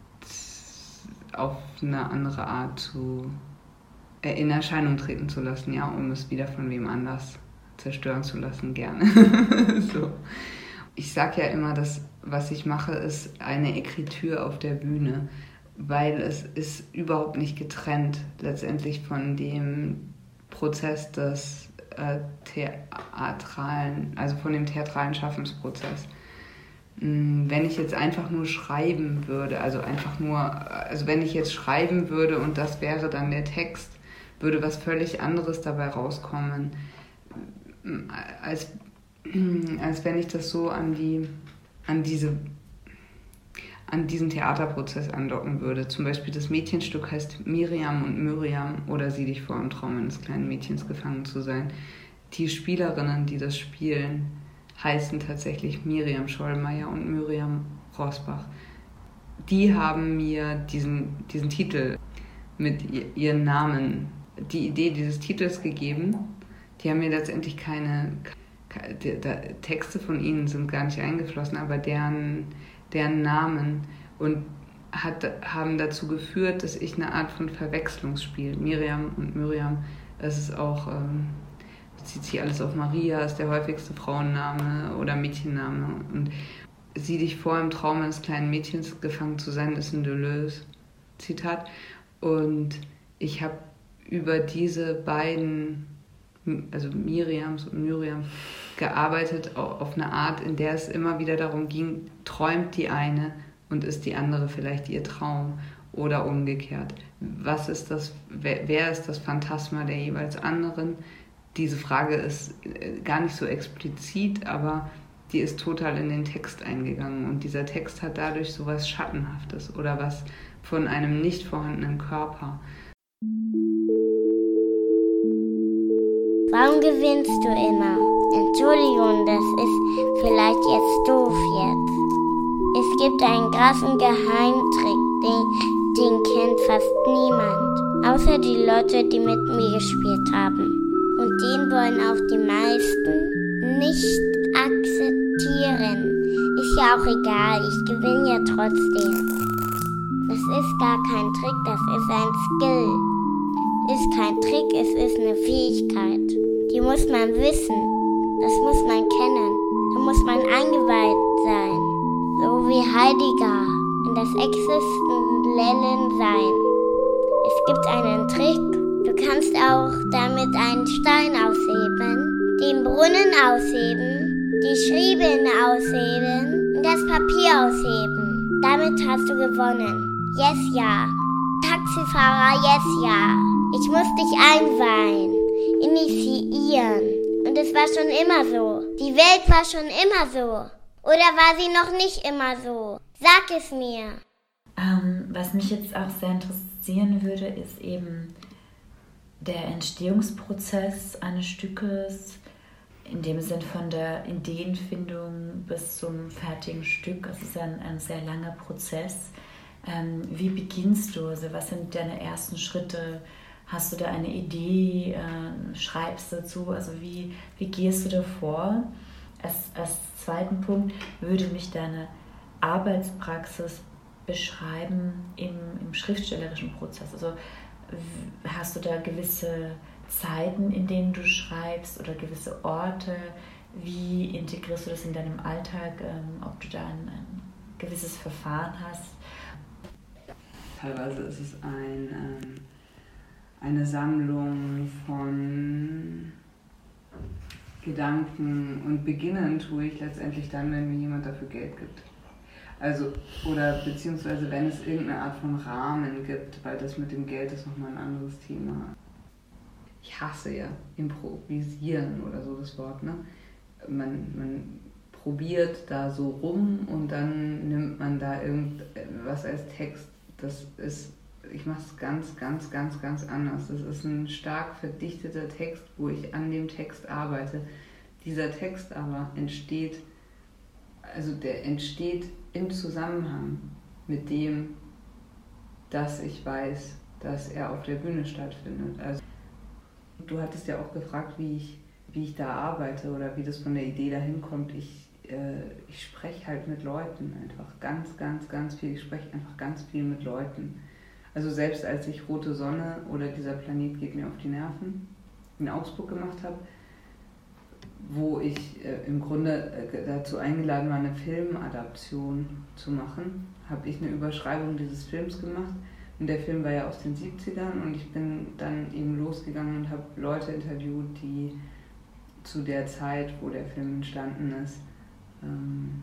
auf eine andere Art zu in Erscheinung treten zu lassen, ja, um es wieder von wem anders zerstören zu lassen, gerne. So. Ich sage ja immer, dass was ich mache, ist eine Ekritur auf der Bühne, weil es ist überhaupt nicht getrennt letztendlich von dem Prozess des äh, theatralen, also von dem theatralen Schaffensprozess. Wenn ich jetzt einfach nur schreiben würde, also einfach nur, also wenn ich jetzt schreiben würde und das wäre dann der Text, würde was völlig anderes dabei rauskommen, als, als wenn ich das so an die, an diese, an diesen Theaterprozess andocken würde. Zum Beispiel das Mädchenstück heißt Miriam und Myriam oder Sieh dich vor im Traum eines kleinen Mädchens gefangen zu sein. Die Spielerinnen, die das spielen, heißen tatsächlich Miriam Schollmeier und Myriam Rosbach. Die haben mir diesen, diesen Titel mit ihren Namen, die Idee dieses Titels gegeben. Die haben mir letztendlich keine, keine die, die Texte von ihnen sind gar nicht eingeflossen, aber deren, deren Namen und hat, haben dazu geführt, dass ich eine Art von Verwechslungsspiel, Miriam und Myriam, das ist auch, ähm, bezieht sich alles auf Maria, ist der häufigste Frauenname oder Mädchenname und sieh dich vor, im Traum eines kleinen Mädchens gefangen zu sein, ist ein Deleuze-Zitat und ich habe über diese beiden, also Miriams und Myriam, gearbeitet auf eine Art, in der es immer wieder darum ging, träumt die eine und ist die andere vielleicht ihr Traum oder umgekehrt. Was ist das, wer, wer ist das Phantasma der jeweils anderen? Diese Frage ist gar nicht so explizit, aber die ist total in den Text eingegangen und dieser Text hat dadurch so was Schattenhaftes oder was von einem nicht vorhandenen Körper. Warum gewinnst du immer? Entschuldigung, das ist vielleicht jetzt doof jetzt. Es gibt einen krassen Geheimtrick, den, den kennt fast niemand. Außer die Leute, die mit mir gespielt haben. Und den wollen auch die meisten nicht akzeptieren. Ist ja auch egal, ich gewinne ja trotzdem. Das ist gar kein Trick, das ist ein Skill. Ist kein Trick, es ist eine Fähigkeit. Die muss man wissen, das muss man kennen, da muss man eingeweiht sein, so wie Heidegger in das Existenzielle sein. Es gibt einen Trick, du kannst auch damit einen Stein ausheben, den Brunnen ausheben, die Schriebeln ausheben und das Papier ausheben. Damit hast du gewonnen. Yes, ja. Taxifahrer, yes, ja. Ich muss dich einweihen, initiieren. Und es war schon immer so. Die Welt war schon immer so. Oder war sie noch nicht immer so? Sag es mir. Ähm, was mich jetzt auch sehr interessieren würde, ist eben der Entstehungsprozess eines Stückes, in dem Sinn von der Ideenfindung bis zum fertigen Stück. Es ist ein, ein sehr langer Prozess. Ähm, wie beginnst du? Also was sind deine ersten Schritte? Hast du da eine Idee? Äh, schreibst du dazu? Also wie, wie gehst du da vor? Als, als zweiten Punkt würde mich deine Arbeitspraxis beschreiben im, im schriftstellerischen Prozess. Also hast du da gewisse Zeiten, in denen du schreibst oder gewisse Orte? Wie integrierst du das in deinem Alltag? Ähm, ob du da ein, ein gewisses Verfahren hast? Teilweise ist es ein, ähm, eine Sammlung von Gedanken und beginnen tue ich letztendlich dann, wenn mir jemand dafür Geld gibt. Also, oder beziehungsweise wenn es irgendeine Art von Rahmen gibt, weil das mit dem Geld ist nochmal ein anderes Thema. Ich hasse ja improvisieren oder so das Wort, ne? Man, man probiert da so rum und dann nimmt man da irgendwas als Text. Das ist, ich mache es ganz, ganz, ganz, ganz anders. Das ist ein stark verdichteter Text, wo ich an dem Text arbeite. Dieser Text aber entsteht also der entsteht im Zusammenhang mit dem, dass ich weiß, dass er auf der Bühne stattfindet. Also du hattest ja auch gefragt, wie ich, wie ich da arbeite oder wie das von der Idee dahin kommt. Ich, äh, ich spreche halt mit Leuten einfach ganz, ganz, ganz viel. Ich spreche einfach ganz viel mit Leuten. Also selbst als ich Rote Sonne oder Dieser Planet geht mir auf die Nerven in Augsburg gemacht habe, wo ich äh, im Grunde äh, dazu eingeladen war, eine Filmadaption zu machen, habe ich eine Überschreibung dieses Films gemacht. Und der Film war ja aus den siebzigern und ich bin dann eben losgegangen und habe Leute interviewt, die zu der Zeit, wo der Film entstanden ist, ähm,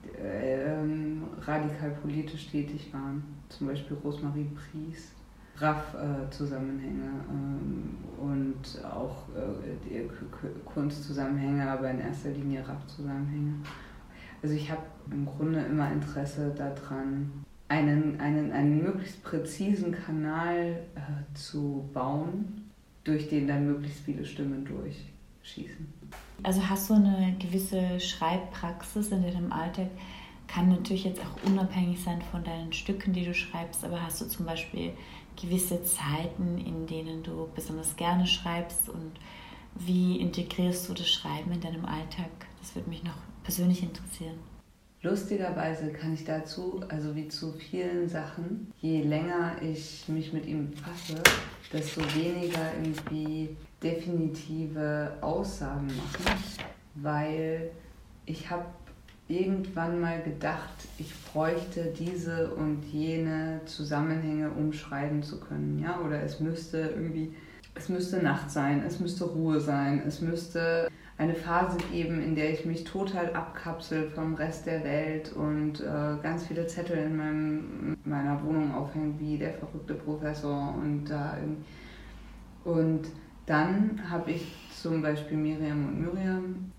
ähm, radikal politisch tätig waren. Zum Beispiel Rosemarie Pries, R A F-Zusammenhänge äh, ähm, und auch äh, die Kunstzusammenhänge, aber in erster Linie R A F-Zusammenhänge. Also ich habe im Grunde immer Interesse daran, einen, einen, einen möglichst präzisen Kanal äh, zu bauen, durch den dann möglichst viele Stimmen durchschießen. Also hast du eine gewisse Schreibpraxis in deinem Alltag? Kann natürlich jetzt auch unabhängig sein von deinen Stücken, die du schreibst, aber hast du zum Beispiel gewisse Zeiten, in denen du besonders gerne schreibst und wie integrierst du das Schreiben in deinem Alltag? Das würde mich noch persönlich interessieren. Lustigerweise kann ich dazu, also wie zu vielen Sachen, je länger ich mich mit ihm befasse, desto weniger irgendwie definitive Aussagen machen, weil ich habe irgendwann mal gedacht, ich bräuchte diese und jene Zusammenhänge, um schreiben zu können, ja, oder es müsste irgendwie, es müsste Nacht sein, es müsste Ruhe sein, es müsste eine Phase geben, in der ich mich total abkapsel vom Rest der Welt und äh, ganz viele Zettel in meinem, meiner Wohnung aufhängen, wie der verrückte Professor und da äh, und dann habe ich zum Beispiel Miriam und Myriam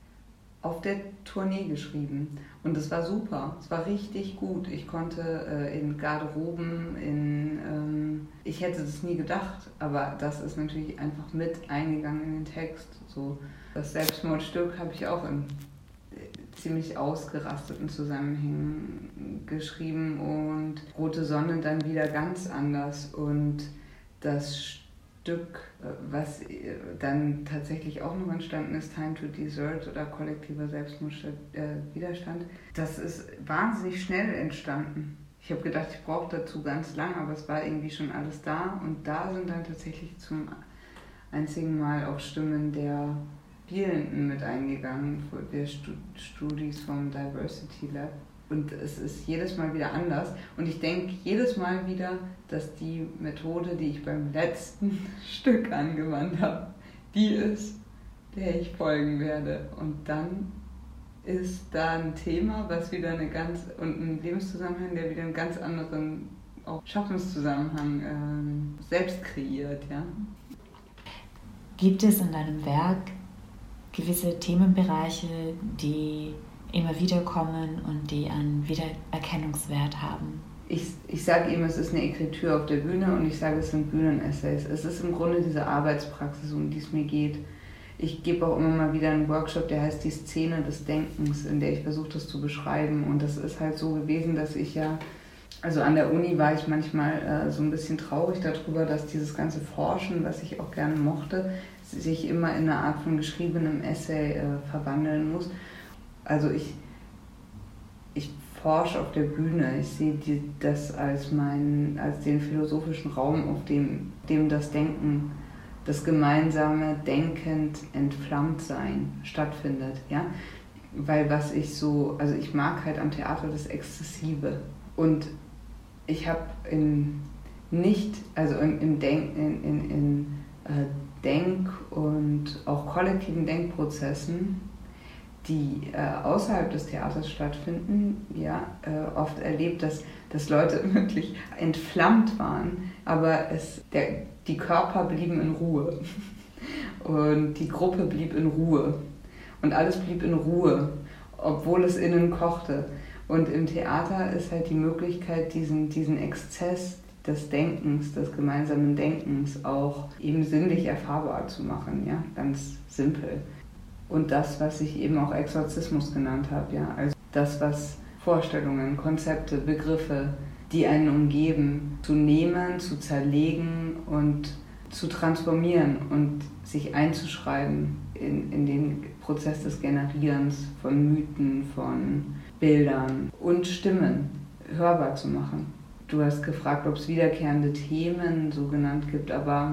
auf der Tournee geschrieben und es war super, es war richtig gut. Ich konnte äh, in Garderoben, in, ähm, ich hätte das nie gedacht, aber das ist natürlich einfach mit eingegangen in den Text. So, das Selbstmordstück habe ich auch in äh, ziemlich ausgerasteten Zusammenhängen geschrieben und Rote Sonne dann wieder ganz anders und das Stück, was dann tatsächlich auch noch entstanden ist, Time to Desert oder kollektiver Selbstmordwiderstand, das ist wahnsinnig schnell entstanden. Ich habe gedacht, ich brauche dazu ganz lang, aber es war irgendwie schon alles da und da sind dann tatsächlich zum einzigen Mal auch Stimmen der Spielenden mit eingegangen, der Studis vom Diversity Lab. Und es ist jedes Mal wieder anders. Und ich denke jedes Mal wieder, dass die Methode, die ich beim letzten Stück angewandt habe, die ist, der ich folgen werde. Und dann ist da ein Thema, was wieder eine ganz, und ein Lebenszusammenhang, der wieder einen ganz anderen auch Schaffenszusammenhang ähm, selbst kreiert. Ja? Gibt es in deinem Werk gewisse Themenbereiche, die immer wieder kommen und die einen Wiedererkennungswert haben? Ich, ich sage ihm, es ist eine Ekritur auf der Bühne und ich sage, es sind Bühnenessays. Es ist im Grunde diese Arbeitspraxis, um die es mir geht. Ich gebe auch immer mal wieder einen Workshop, der heißt die Szene des Denkens, in der ich versuche, das zu beschreiben. Und das ist halt so gewesen, dass ich ja, also an der Uni war ich manchmal äh, so ein bisschen traurig darüber, dass dieses ganze Forschen, was ich auch gerne mochte, sich immer in eine Art von geschriebenem Essay äh, verwandeln muss. Also ich, ich forsche auf der Bühne, ich sehe die, das als, mein, als den philosophischen Raum, auf dem, dem das Denken, das gemeinsame Denkend Entflammtsein stattfindet. Ja? Weil was ich so, also ich mag halt am Theater das Exzessive und ich habe in nicht, also in, in, Denk, in, in, in äh, Denk- und auch kollektiven Denkprozessen, die äh, außerhalb des Theaters stattfinden, ja, äh, oft erlebt, dass, dass Leute wirklich entflammt waren, aber es, der, die Körper blieben in Ruhe und die Gruppe blieb in Ruhe und alles blieb in Ruhe, obwohl es innen kochte. Und im Theater ist halt die Möglichkeit, diesen, diesen Exzess des Denkens, des gemeinsamen Denkens auch eben sinnlich erfahrbar zu machen, ja, ganz simpel. Und das, was ich eben auch Exorzismus genannt habe, ja, also das, was Vorstellungen, Konzepte, Begriffe, die einen umgeben, zu nehmen, zu zerlegen und zu transformieren und sich einzuschreiben in, in den Prozess des Generierens von Mythen, von Bildern und Stimmen hörbar zu machen. Du hast gefragt, ob es wiederkehrende Themen so genannt gibt, aber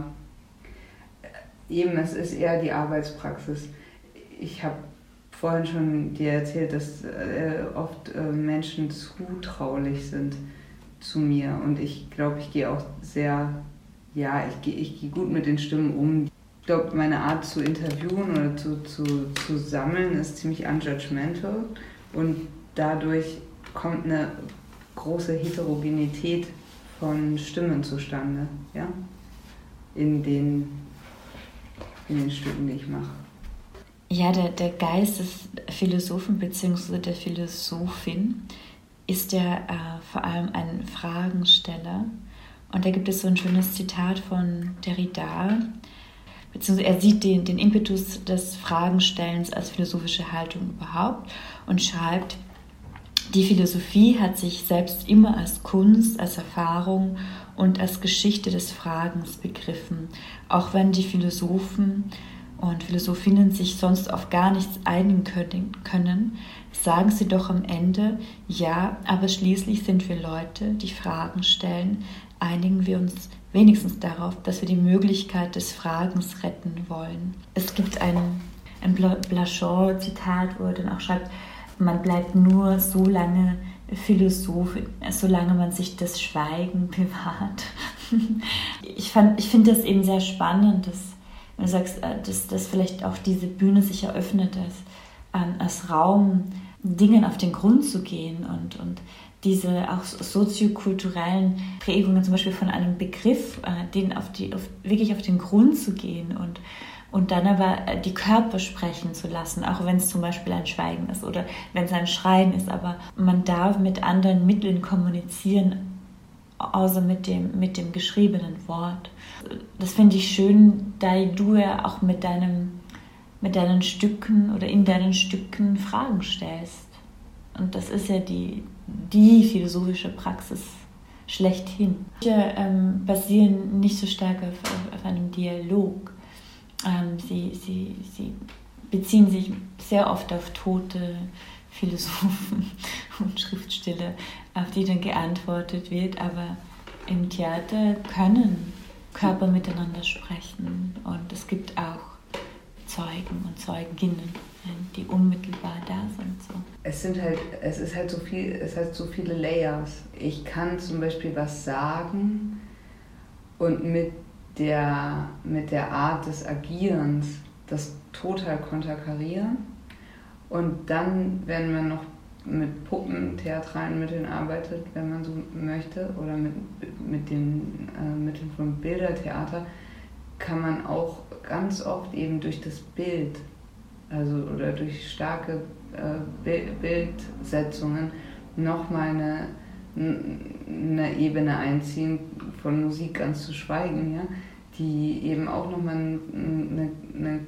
eben, es ist eher die Arbeitspraxis. Ich habe vorhin schon dir erzählt, dass äh, oft äh, Menschen zutraulich sind zu mir und ich glaube, ich gehe auch sehr, ja, ich gehe ich gehe gut mit den Stimmen um. Ich glaube, meine Art zu interviewen oder zu, zu, zu sammeln ist ziemlich unjudgmental und dadurch kommt eine große Heterogenität von Stimmen zustande, ja, in den, in den Stücken, die ich mache. Ja, der, der Geist des Philosophen bzw. der Philosophin ist ja äh, vor allem ein Fragensteller. Und da gibt es so ein schönes Zitat von Derrida, beziehungsweise er sieht den, den Impetus des Fragenstellens als philosophische Haltung überhaupt und schreibt, die Philosophie hat sich selbst immer als Kunst, als Erfahrung und als Geschichte des Fragens begriffen, auch wenn die Philosophen und Philosophinnen sich sonst auf gar nichts einigen können, sagen sie doch am Ende, ja, aber schließlich sind wir Leute, die Fragen stellen, einigen wir uns wenigstens darauf, dass wir die Möglichkeit des Fragens retten wollen. Es gibt ein, ein Blanchot-Zitat, wo er dann auch schreibt, man bleibt nur so lange Philosoph, solange man sich das Schweigen bewahrt. Ich, fand, ich finde das eben sehr spannend, dass wenn du sagst, dass, dass vielleicht auch diese Bühne sich eröffnet als, als Raum, Dingen auf den Grund zu gehen und, und diese auch soziokulturellen Prägungen zum Beispiel von einem Begriff, den auf die, auf, wirklich auf den Grund zu gehen und, und dann aber die Körper sprechen zu lassen, auch wenn es zum Beispiel ein Schweigen ist oder wenn es ein Schreien ist, aber man darf mit anderen Mitteln kommunizieren, außer mit dem, mit dem geschriebenen Wort. Das finde ich schön, da du ja auch mit, deinem, mit deinen Stücken oder in deinen Stücken Fragen stellst. Und das ist ja die, die philosophische Praxis schlechthin. Die ähm, basieren nicht so stark auf, auf einem Dialog. Ähm, sie, sie, sie beziehen sich sehr oft auf tote Philosophen und Schriftsteller, auf die dann geantwortet wird, aber im Theater können Körper miteinander sprechen und es gibt auch Zeugen und Zeuginnen, die unmittelbar da sind. So. Es sind halt, es ist halt so viel, es hat so viele Layers. Ich kann zum Beispiel was sagen und mit der, mit der Art des Agierens das total konterkarieren. Und dann, wenn man noch mit Puppen, theatralen Mitteln arbeitet, wenn man so möchte, oder mit, mit den äh, Mitteln von Bildertheater, kann man auch ganz oft eben durch das Bild, also oder durch starke äh, Bildsetzungen nochmal eine, eine Ebene einziehen, von Musik ganz zu schweigen, ja, die eben auch nochmal eine, eine,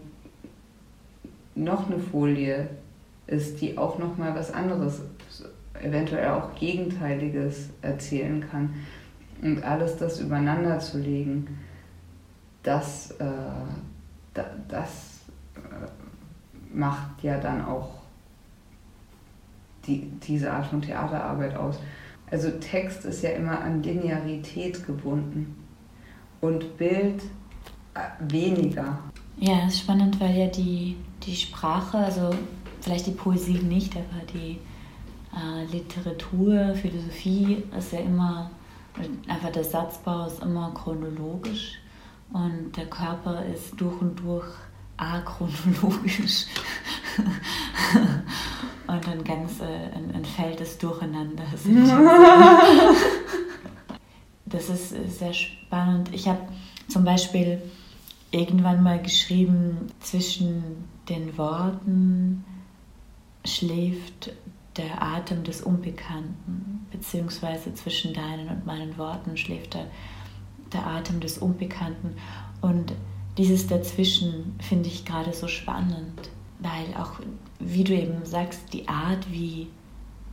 noch eine Folie ist, die auch nochmal was anderes, eventuell auch Gegenteiliges erzählen kann. Und alles das übereinander zu legen, das, äh, da, das äh, macht ja dann auch die, diese Art von Theaterarbeit aus. Also Text ist ja immer an Linearität gebunden und Bild äh, weniger. Ja, das ist spannend, weil ja die, die Sprache, also vielleicht die Poesie nicht, aber die äh, Literatur, Philosophie ist ja immer, einfach der Satzbau ist immer chronologisch und der Körper ist durch und durch achronologisch und dann ganz äh, ein, ein Feld des Durcheinanders. Das ist sehr spannend. Ich habe zum Beispiel irgendwann mal geschrieben, zwischen den Worten schläft der Atem des Unbekannten, beziehungsweise zwischen deinen und meinen Worten schläft der, der Atem des Unbekannten. Und dieses Dazwischen finde ich gerade so spannend, weil auch, wie du eben sagst, die Art, wie,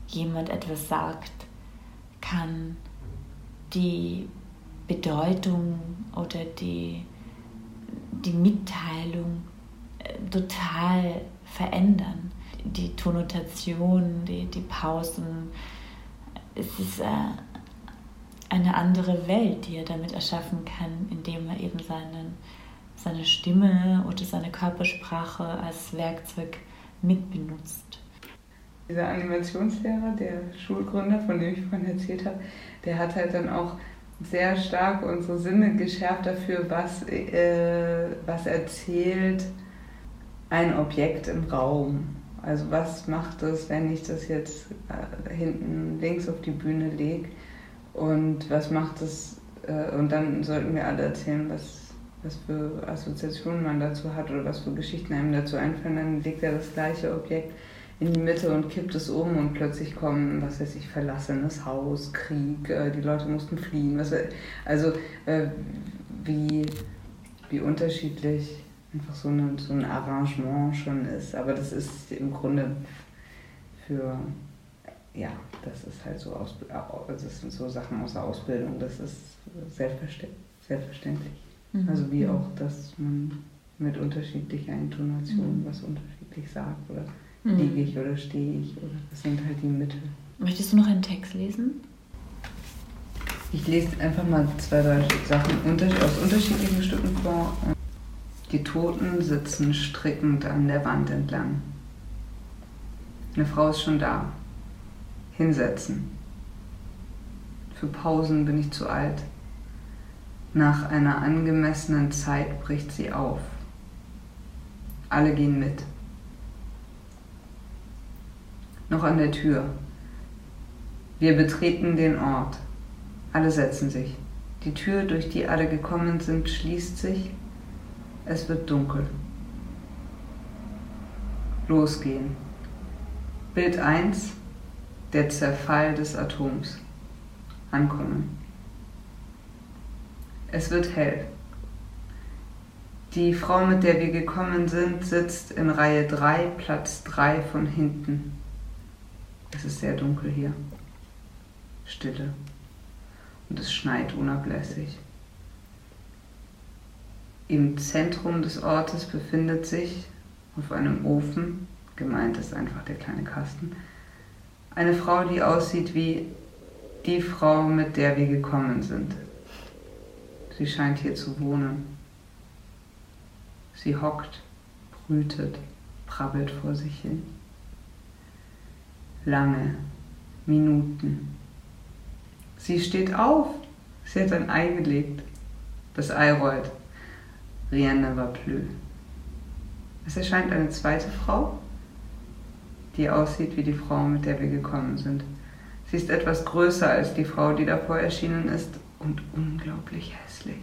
jemand etwas sagt, kann die Bedeutung oder die, die Mitteilung total verändern. Die Tonotation, die, die Pausen, es ist äh, eine andere Welt, die er damit erschaffen kann, indem er eben seine, seine Stimme oder seine Körpersprache als Werkzeug mitbenutzt. Dieser Animationslehrer, der Schulgründer, von dem ich vorhin erzählt habe, der hat halt dann auch sehr stark unsere Sinne geschärft dafür, was, äh, was erzählt ein Objekt im Raum. Also was macht es, wenn ich das jetzt äh, hinten links auf die Bühne lege, und was macht es, äh, und dann sollten wir alle erzählen, was, was für Assoziationen man dazu hat oder was für Geschichten einem dazu einfallen. Dann legt er das gleiche Objekt in die Mitte und kippt es um und plötzlich kommen, was weiß ich, verlassenes Haus, Krieg, äh, die Leute mussten fliehen. Was, also äh, wie, wie unterschiedlich einfach so, eine, so ein Arrangement schon ist. Aber das ist im Grunde für, ja, das ist halt so, Ausb- das sind so Sachen aus der Ausbildung, das ist selbstverständlich. selbstverständlich. Mhm. Also wie auch, dass man mit unterschiedlicher Intonation Mhm. was unterschiedlich sagt oder Mhm. liege ich oder stehe ich, oder das sind halt die Mittel. Möchtest du noch einen Text lesen? Ich lese einfach mal zwei, drei Sachen unter- aus unterschiedlichen Stücken vor. Die Toten sitzen strickend an der Wand entlang. Eine Frau ist schon da. Hinsetzen. Für Pausen bin ich zu alt. Nach einer angemessenen Zeit bricht sie auf. Alle gehen mit. Noch an der Tür. Wir betreten den Ort. Alle setzen sich. Die Tür, durch die alle gekommen sind, schließt sich. Es wird dunkel. Losgehen. Bild eins. Der Zerfall des Atoms. Ankommen. Es wird hell. Die Frau, mit der wir gekommen sind, sitzt in Reihe drei, Platz drei von hinten. Es ist sehr dunkel hier. Stille. Und es schneit unablässig. Im Zentrum des Ortes befindet sich, auf einem Ofen, gemeint ist einfach der kleine Kasten, eine Frau, die aussieht wie die Frau, mit der wir gekommen sind. Sie scheint hier zu wohnen. Sie hockt, brütet, brabbelt vor sich hin. Lange Minuten. Sie steht auf. Sie hat ein Ei gelegt. Das Ei rollt. Rien ne va plus. Es erscheint eine zweite Frau, die aussieht wie die Frau, mit der wir gekommen sind. Sie ist etwas größer als die Frau, die davor erschienen ist, und unglaublich hässlich.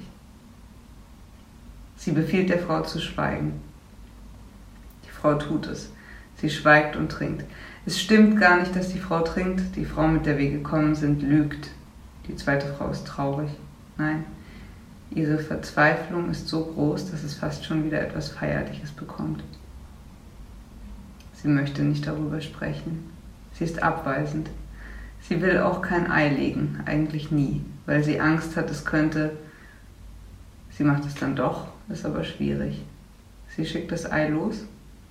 Sie befiehlt der Frau zu schweigen. Die Frau tut es. Sie schweigt und trinkt. Es stimmt gar nicht, dass die Frau trinkt. Die Frau, mit der wir gekommen sind, lügt. Die zweite Frau ist traurig. Nein, ihre Verzweiflung ist so groß, dass es fast schon wieder etwas Feierliches bekommt. Sie möchte nicht darüber sprechen. Sie ist abweisend. Sie will auch kein Ei legen, eigentlich nie, weil sie Angst hat, es könnte... Sie macht es dann doch, ist aber schwierig. Sie schickt das Ei los.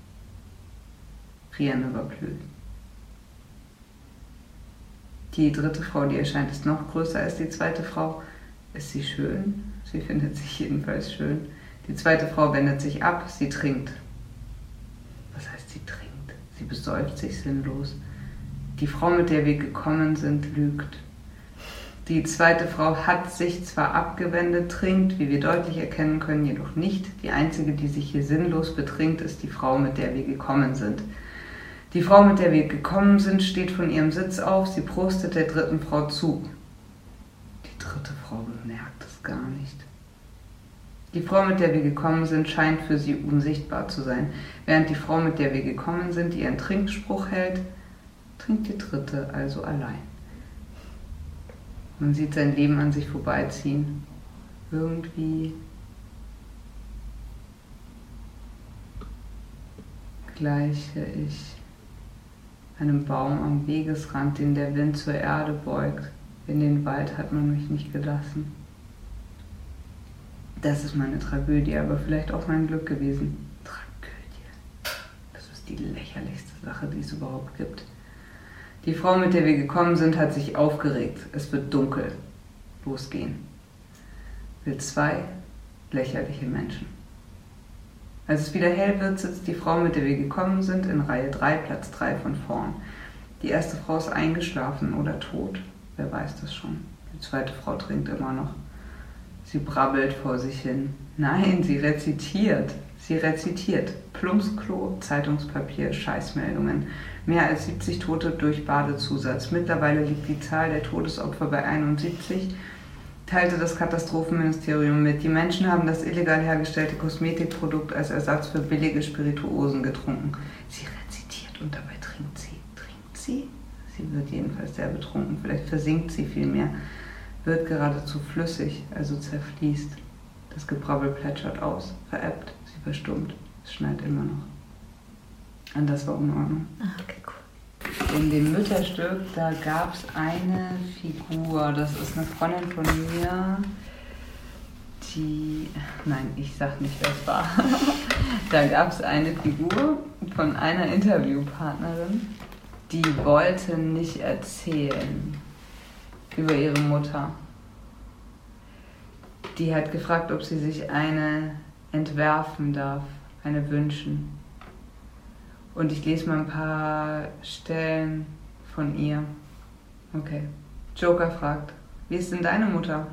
Rien ne va plus. Die dritte Frau, die erscheint, ist noch größer als die zweite Frau. Ist sie schön? Sie findet sich jedenfalls schön. Die zweite Frau wendet sich ab, sie trinkt. Was heißt sie trinkt? Sie besäuft sich sinnlos. Die Frau, mit der wir gekommen sind, lügt. Die zweite Frau hat sich zwar abgewendet, trinkt, wie wir deutlich erkennen können, jedoch nicht. Die einzige, die sich hier sinnlos betrinkt, ist die Frau, mit der wir gekommen sind. Die Frau, mit der wir gekommen sind, steht von ihrem Sitz auf, sie prostet der dritten Frau zu. Die dritte Frau bemerkt es gar nicht. Die Frau, mit der wir gekommen sind, scheint für sie unsichtbar zu sein. Während die Frau, mit der wir gekommen sind, ihren Trinkspruch hält, trinkt die dritte also allein. Man sieht sein Leben an sich vorbeiziehen. Irgendwie gleiche ich einem Baum am Wegesrand, den der Wind zur Erde beugt. In den Wald hat man mich nicht gelassen. Das ist meine Tragödie, aber vielleicht auch mein Glück gewesen. Tragödie. Das ist die lächerlichste Sache, die es überhaupt gibt. Die Frau, mit der wir gekommen sind, hat sich aufgeregt. Es wird dunkel. Losgehen. Will zwei lächerliche Menschen. Als es wieder hell wird, sitzt die Frau, mit der wir gekommen sind, in Reihe drei, Platz drei von vorn. Die erste Frau ist eingeschlafen oder tot. Wer weiß das schon. Die zweite Frau trinkt immer noch. Sie brabbelt vor sich hin. Nein, sie rezitiert. Sie rezitiert. Plumpsklo, Zeitungspapier, Scheißmeldungen. Mehr als siebzig Tote durch Badezusatz. Mittlerweile liegt die Zahl der Todesopfer bei einundsiebzig, teilte das Katastrophenministerium mit. Die Menschen haben das illegal hergestellte Kosmetikprodukt als Ersatz für billige Spirituosen getrunken. Sie rezitiert und dabei trinkt sie. Trinkt sie? Sie wird jedenfalls sehr betrunken. Vielleicht versinkt sie vielmehr. Wird geradezu flüssig, also zerfließt. Das Gebrabbel plätschert aus, verebbt, sie verstummt. Es schneit immer noch. Und das war Unordnung. Ah, okay, cool. In dem Mütterstück, da gab es eine Figur, das ist eine Freundin von mir, die, nein, ich sag nicht, wer es war. Da gab es eine Figur von einer Interviewpartnerin, die wollte nicht erzählen über ihre Mutter. Die hat gefragt, ob sie sich eine entwerfen darf, eine wünschen. Und ich lese mal ein paar Stellen von ihr. Okay. Joker fragt, wie ist denn deine Mutter?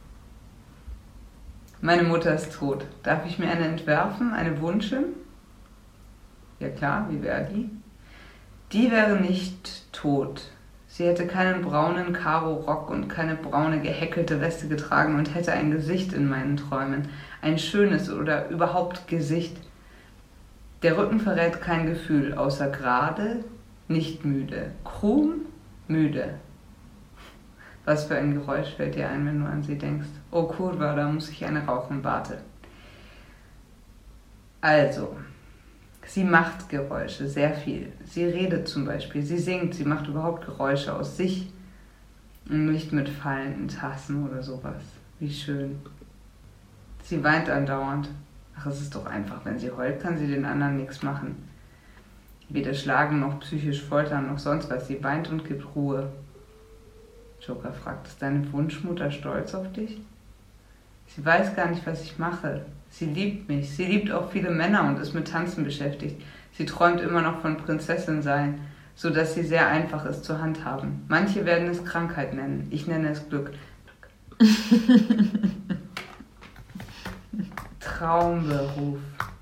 Meine Mutter ist tot. Darf ich mir eine entwerfen, eine wünschen? Ja klar, wie wäre die? Die wäre nicht tot. Sie hätte keinen braunen Karo-Rock und keine braune gehäkelte Weste getragen und hätte ein Gesicht in meinen Träumen. Ein schönes oder überhaupt Gesicht. Der Rücken verrät kein Gefühl, außer gerade, nicht müde. Krumm, müde. Was für ein Geräusch fällt dir ein, wenn du an sie denkst? Oh kurwa, da muss ich eine rauchen, warte. Also, sie macht Geräusche, sehr viel. Sie redet zum Beispiel, sie singt, sie macht überhaupt Geräusche aus sich und nicht mit fallenden Tassen oder sowas. Wie schön. Sie weint andauernd. Ach, es ist doch einfach, wenn sie heult, kann sie den anderen nichts machen. Weder schlagen noch psychisch foltern noch sonst was. Sie weint und gibt Ruhe. Joker fragt, ist deine Wunschmutter stolz auf dich? Sie weiß gar nicht, was ich mache. Sie liebt mich. Sie liebt auch viele Männer und ist mit Tanzen beschäftigt. Sie träumt immer noch von Prinzessin sein, so dass sie sehr einfach ist zu handhaben. Manche werden es Krankheit nennen. Ich nenne es Glück. Traumberuf.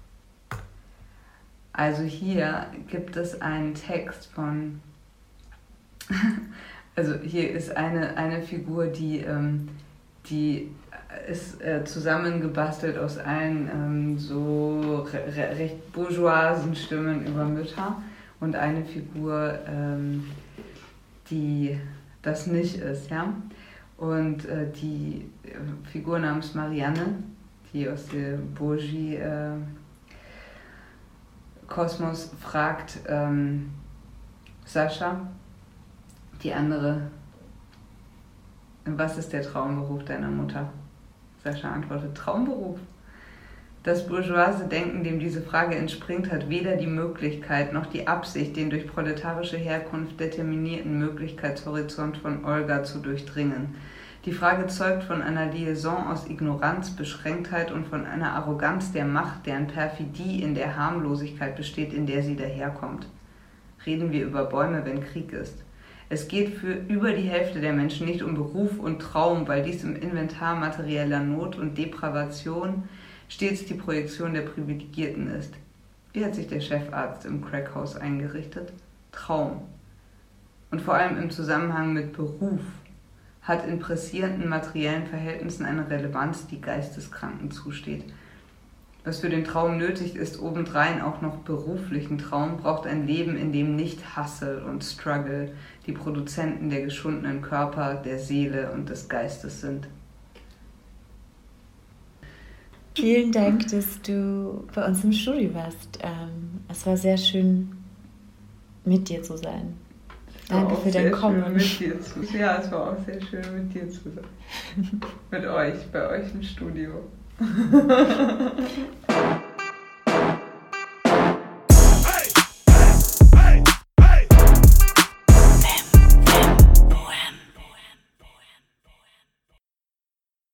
Also hier gibt es einen Text von, also hier ist eine, eine Figur, die, ähm, die ist äh, zusammengebastelt aus allen ähm, so re recht bourgeoisen Stimmen über Mütter und eine Figur, ähm, die das nicht ist, ja. Und äh, die äh, Figur namens Marianne, die aus dem Bourgie äh, Kosmos fragt ähm, Sascha, die andere, was ist der Traumberuf deiner Mutter? Sascha antwortet, Traumberuf. Das bourgeoise Denken, dem diese Frage entspringt, hat weder die Möglichkeit noch die Absicht, den durch proletarische Herkunft determinierten Möglichkeitshorizont von Olga zu durchdringen. Die Frage zeugt von einer Liaison aus Ignoranz, Beschränktheit und von einer Arroganz der Macht, deren Perfidie in der Harmlosigkeit besteht, in der sie daherkommt. Reden wir über Bäume, wenn Krieg ist. Es geht für über die Hälfte der Menschen nicht um Beruf und Traum, weil dies im Inventar materieller Not und Depravation stets die Projektion der Privilegierten ist. Wie hat sich der Chefarzt im Crackhaus eingerichtet? Traum. Und vor allem im Zusammenhang mit Beruf hat in pressierenden materiellen Verhältnissen eine Relevanz, die Geisteskranken zusteht. Was für den Traum nötig ist, obendrein auch noch beruflichen Traum, braucht ein Leben, in dem nicht Hustle und Struggle die Produzenten der geschundenen Körper, der Seele und des Geistes sind. Vielen Dank, dass du bei uns im Studio warst. Ähm, es war sehr schön, mit dir zu sein. Es war Danke auch für dein sehr Kommen. schön, mit dir zu sein. Ja, es war auch sehr schön, mit dir zu sein. Mit euch, bei euch im Studio.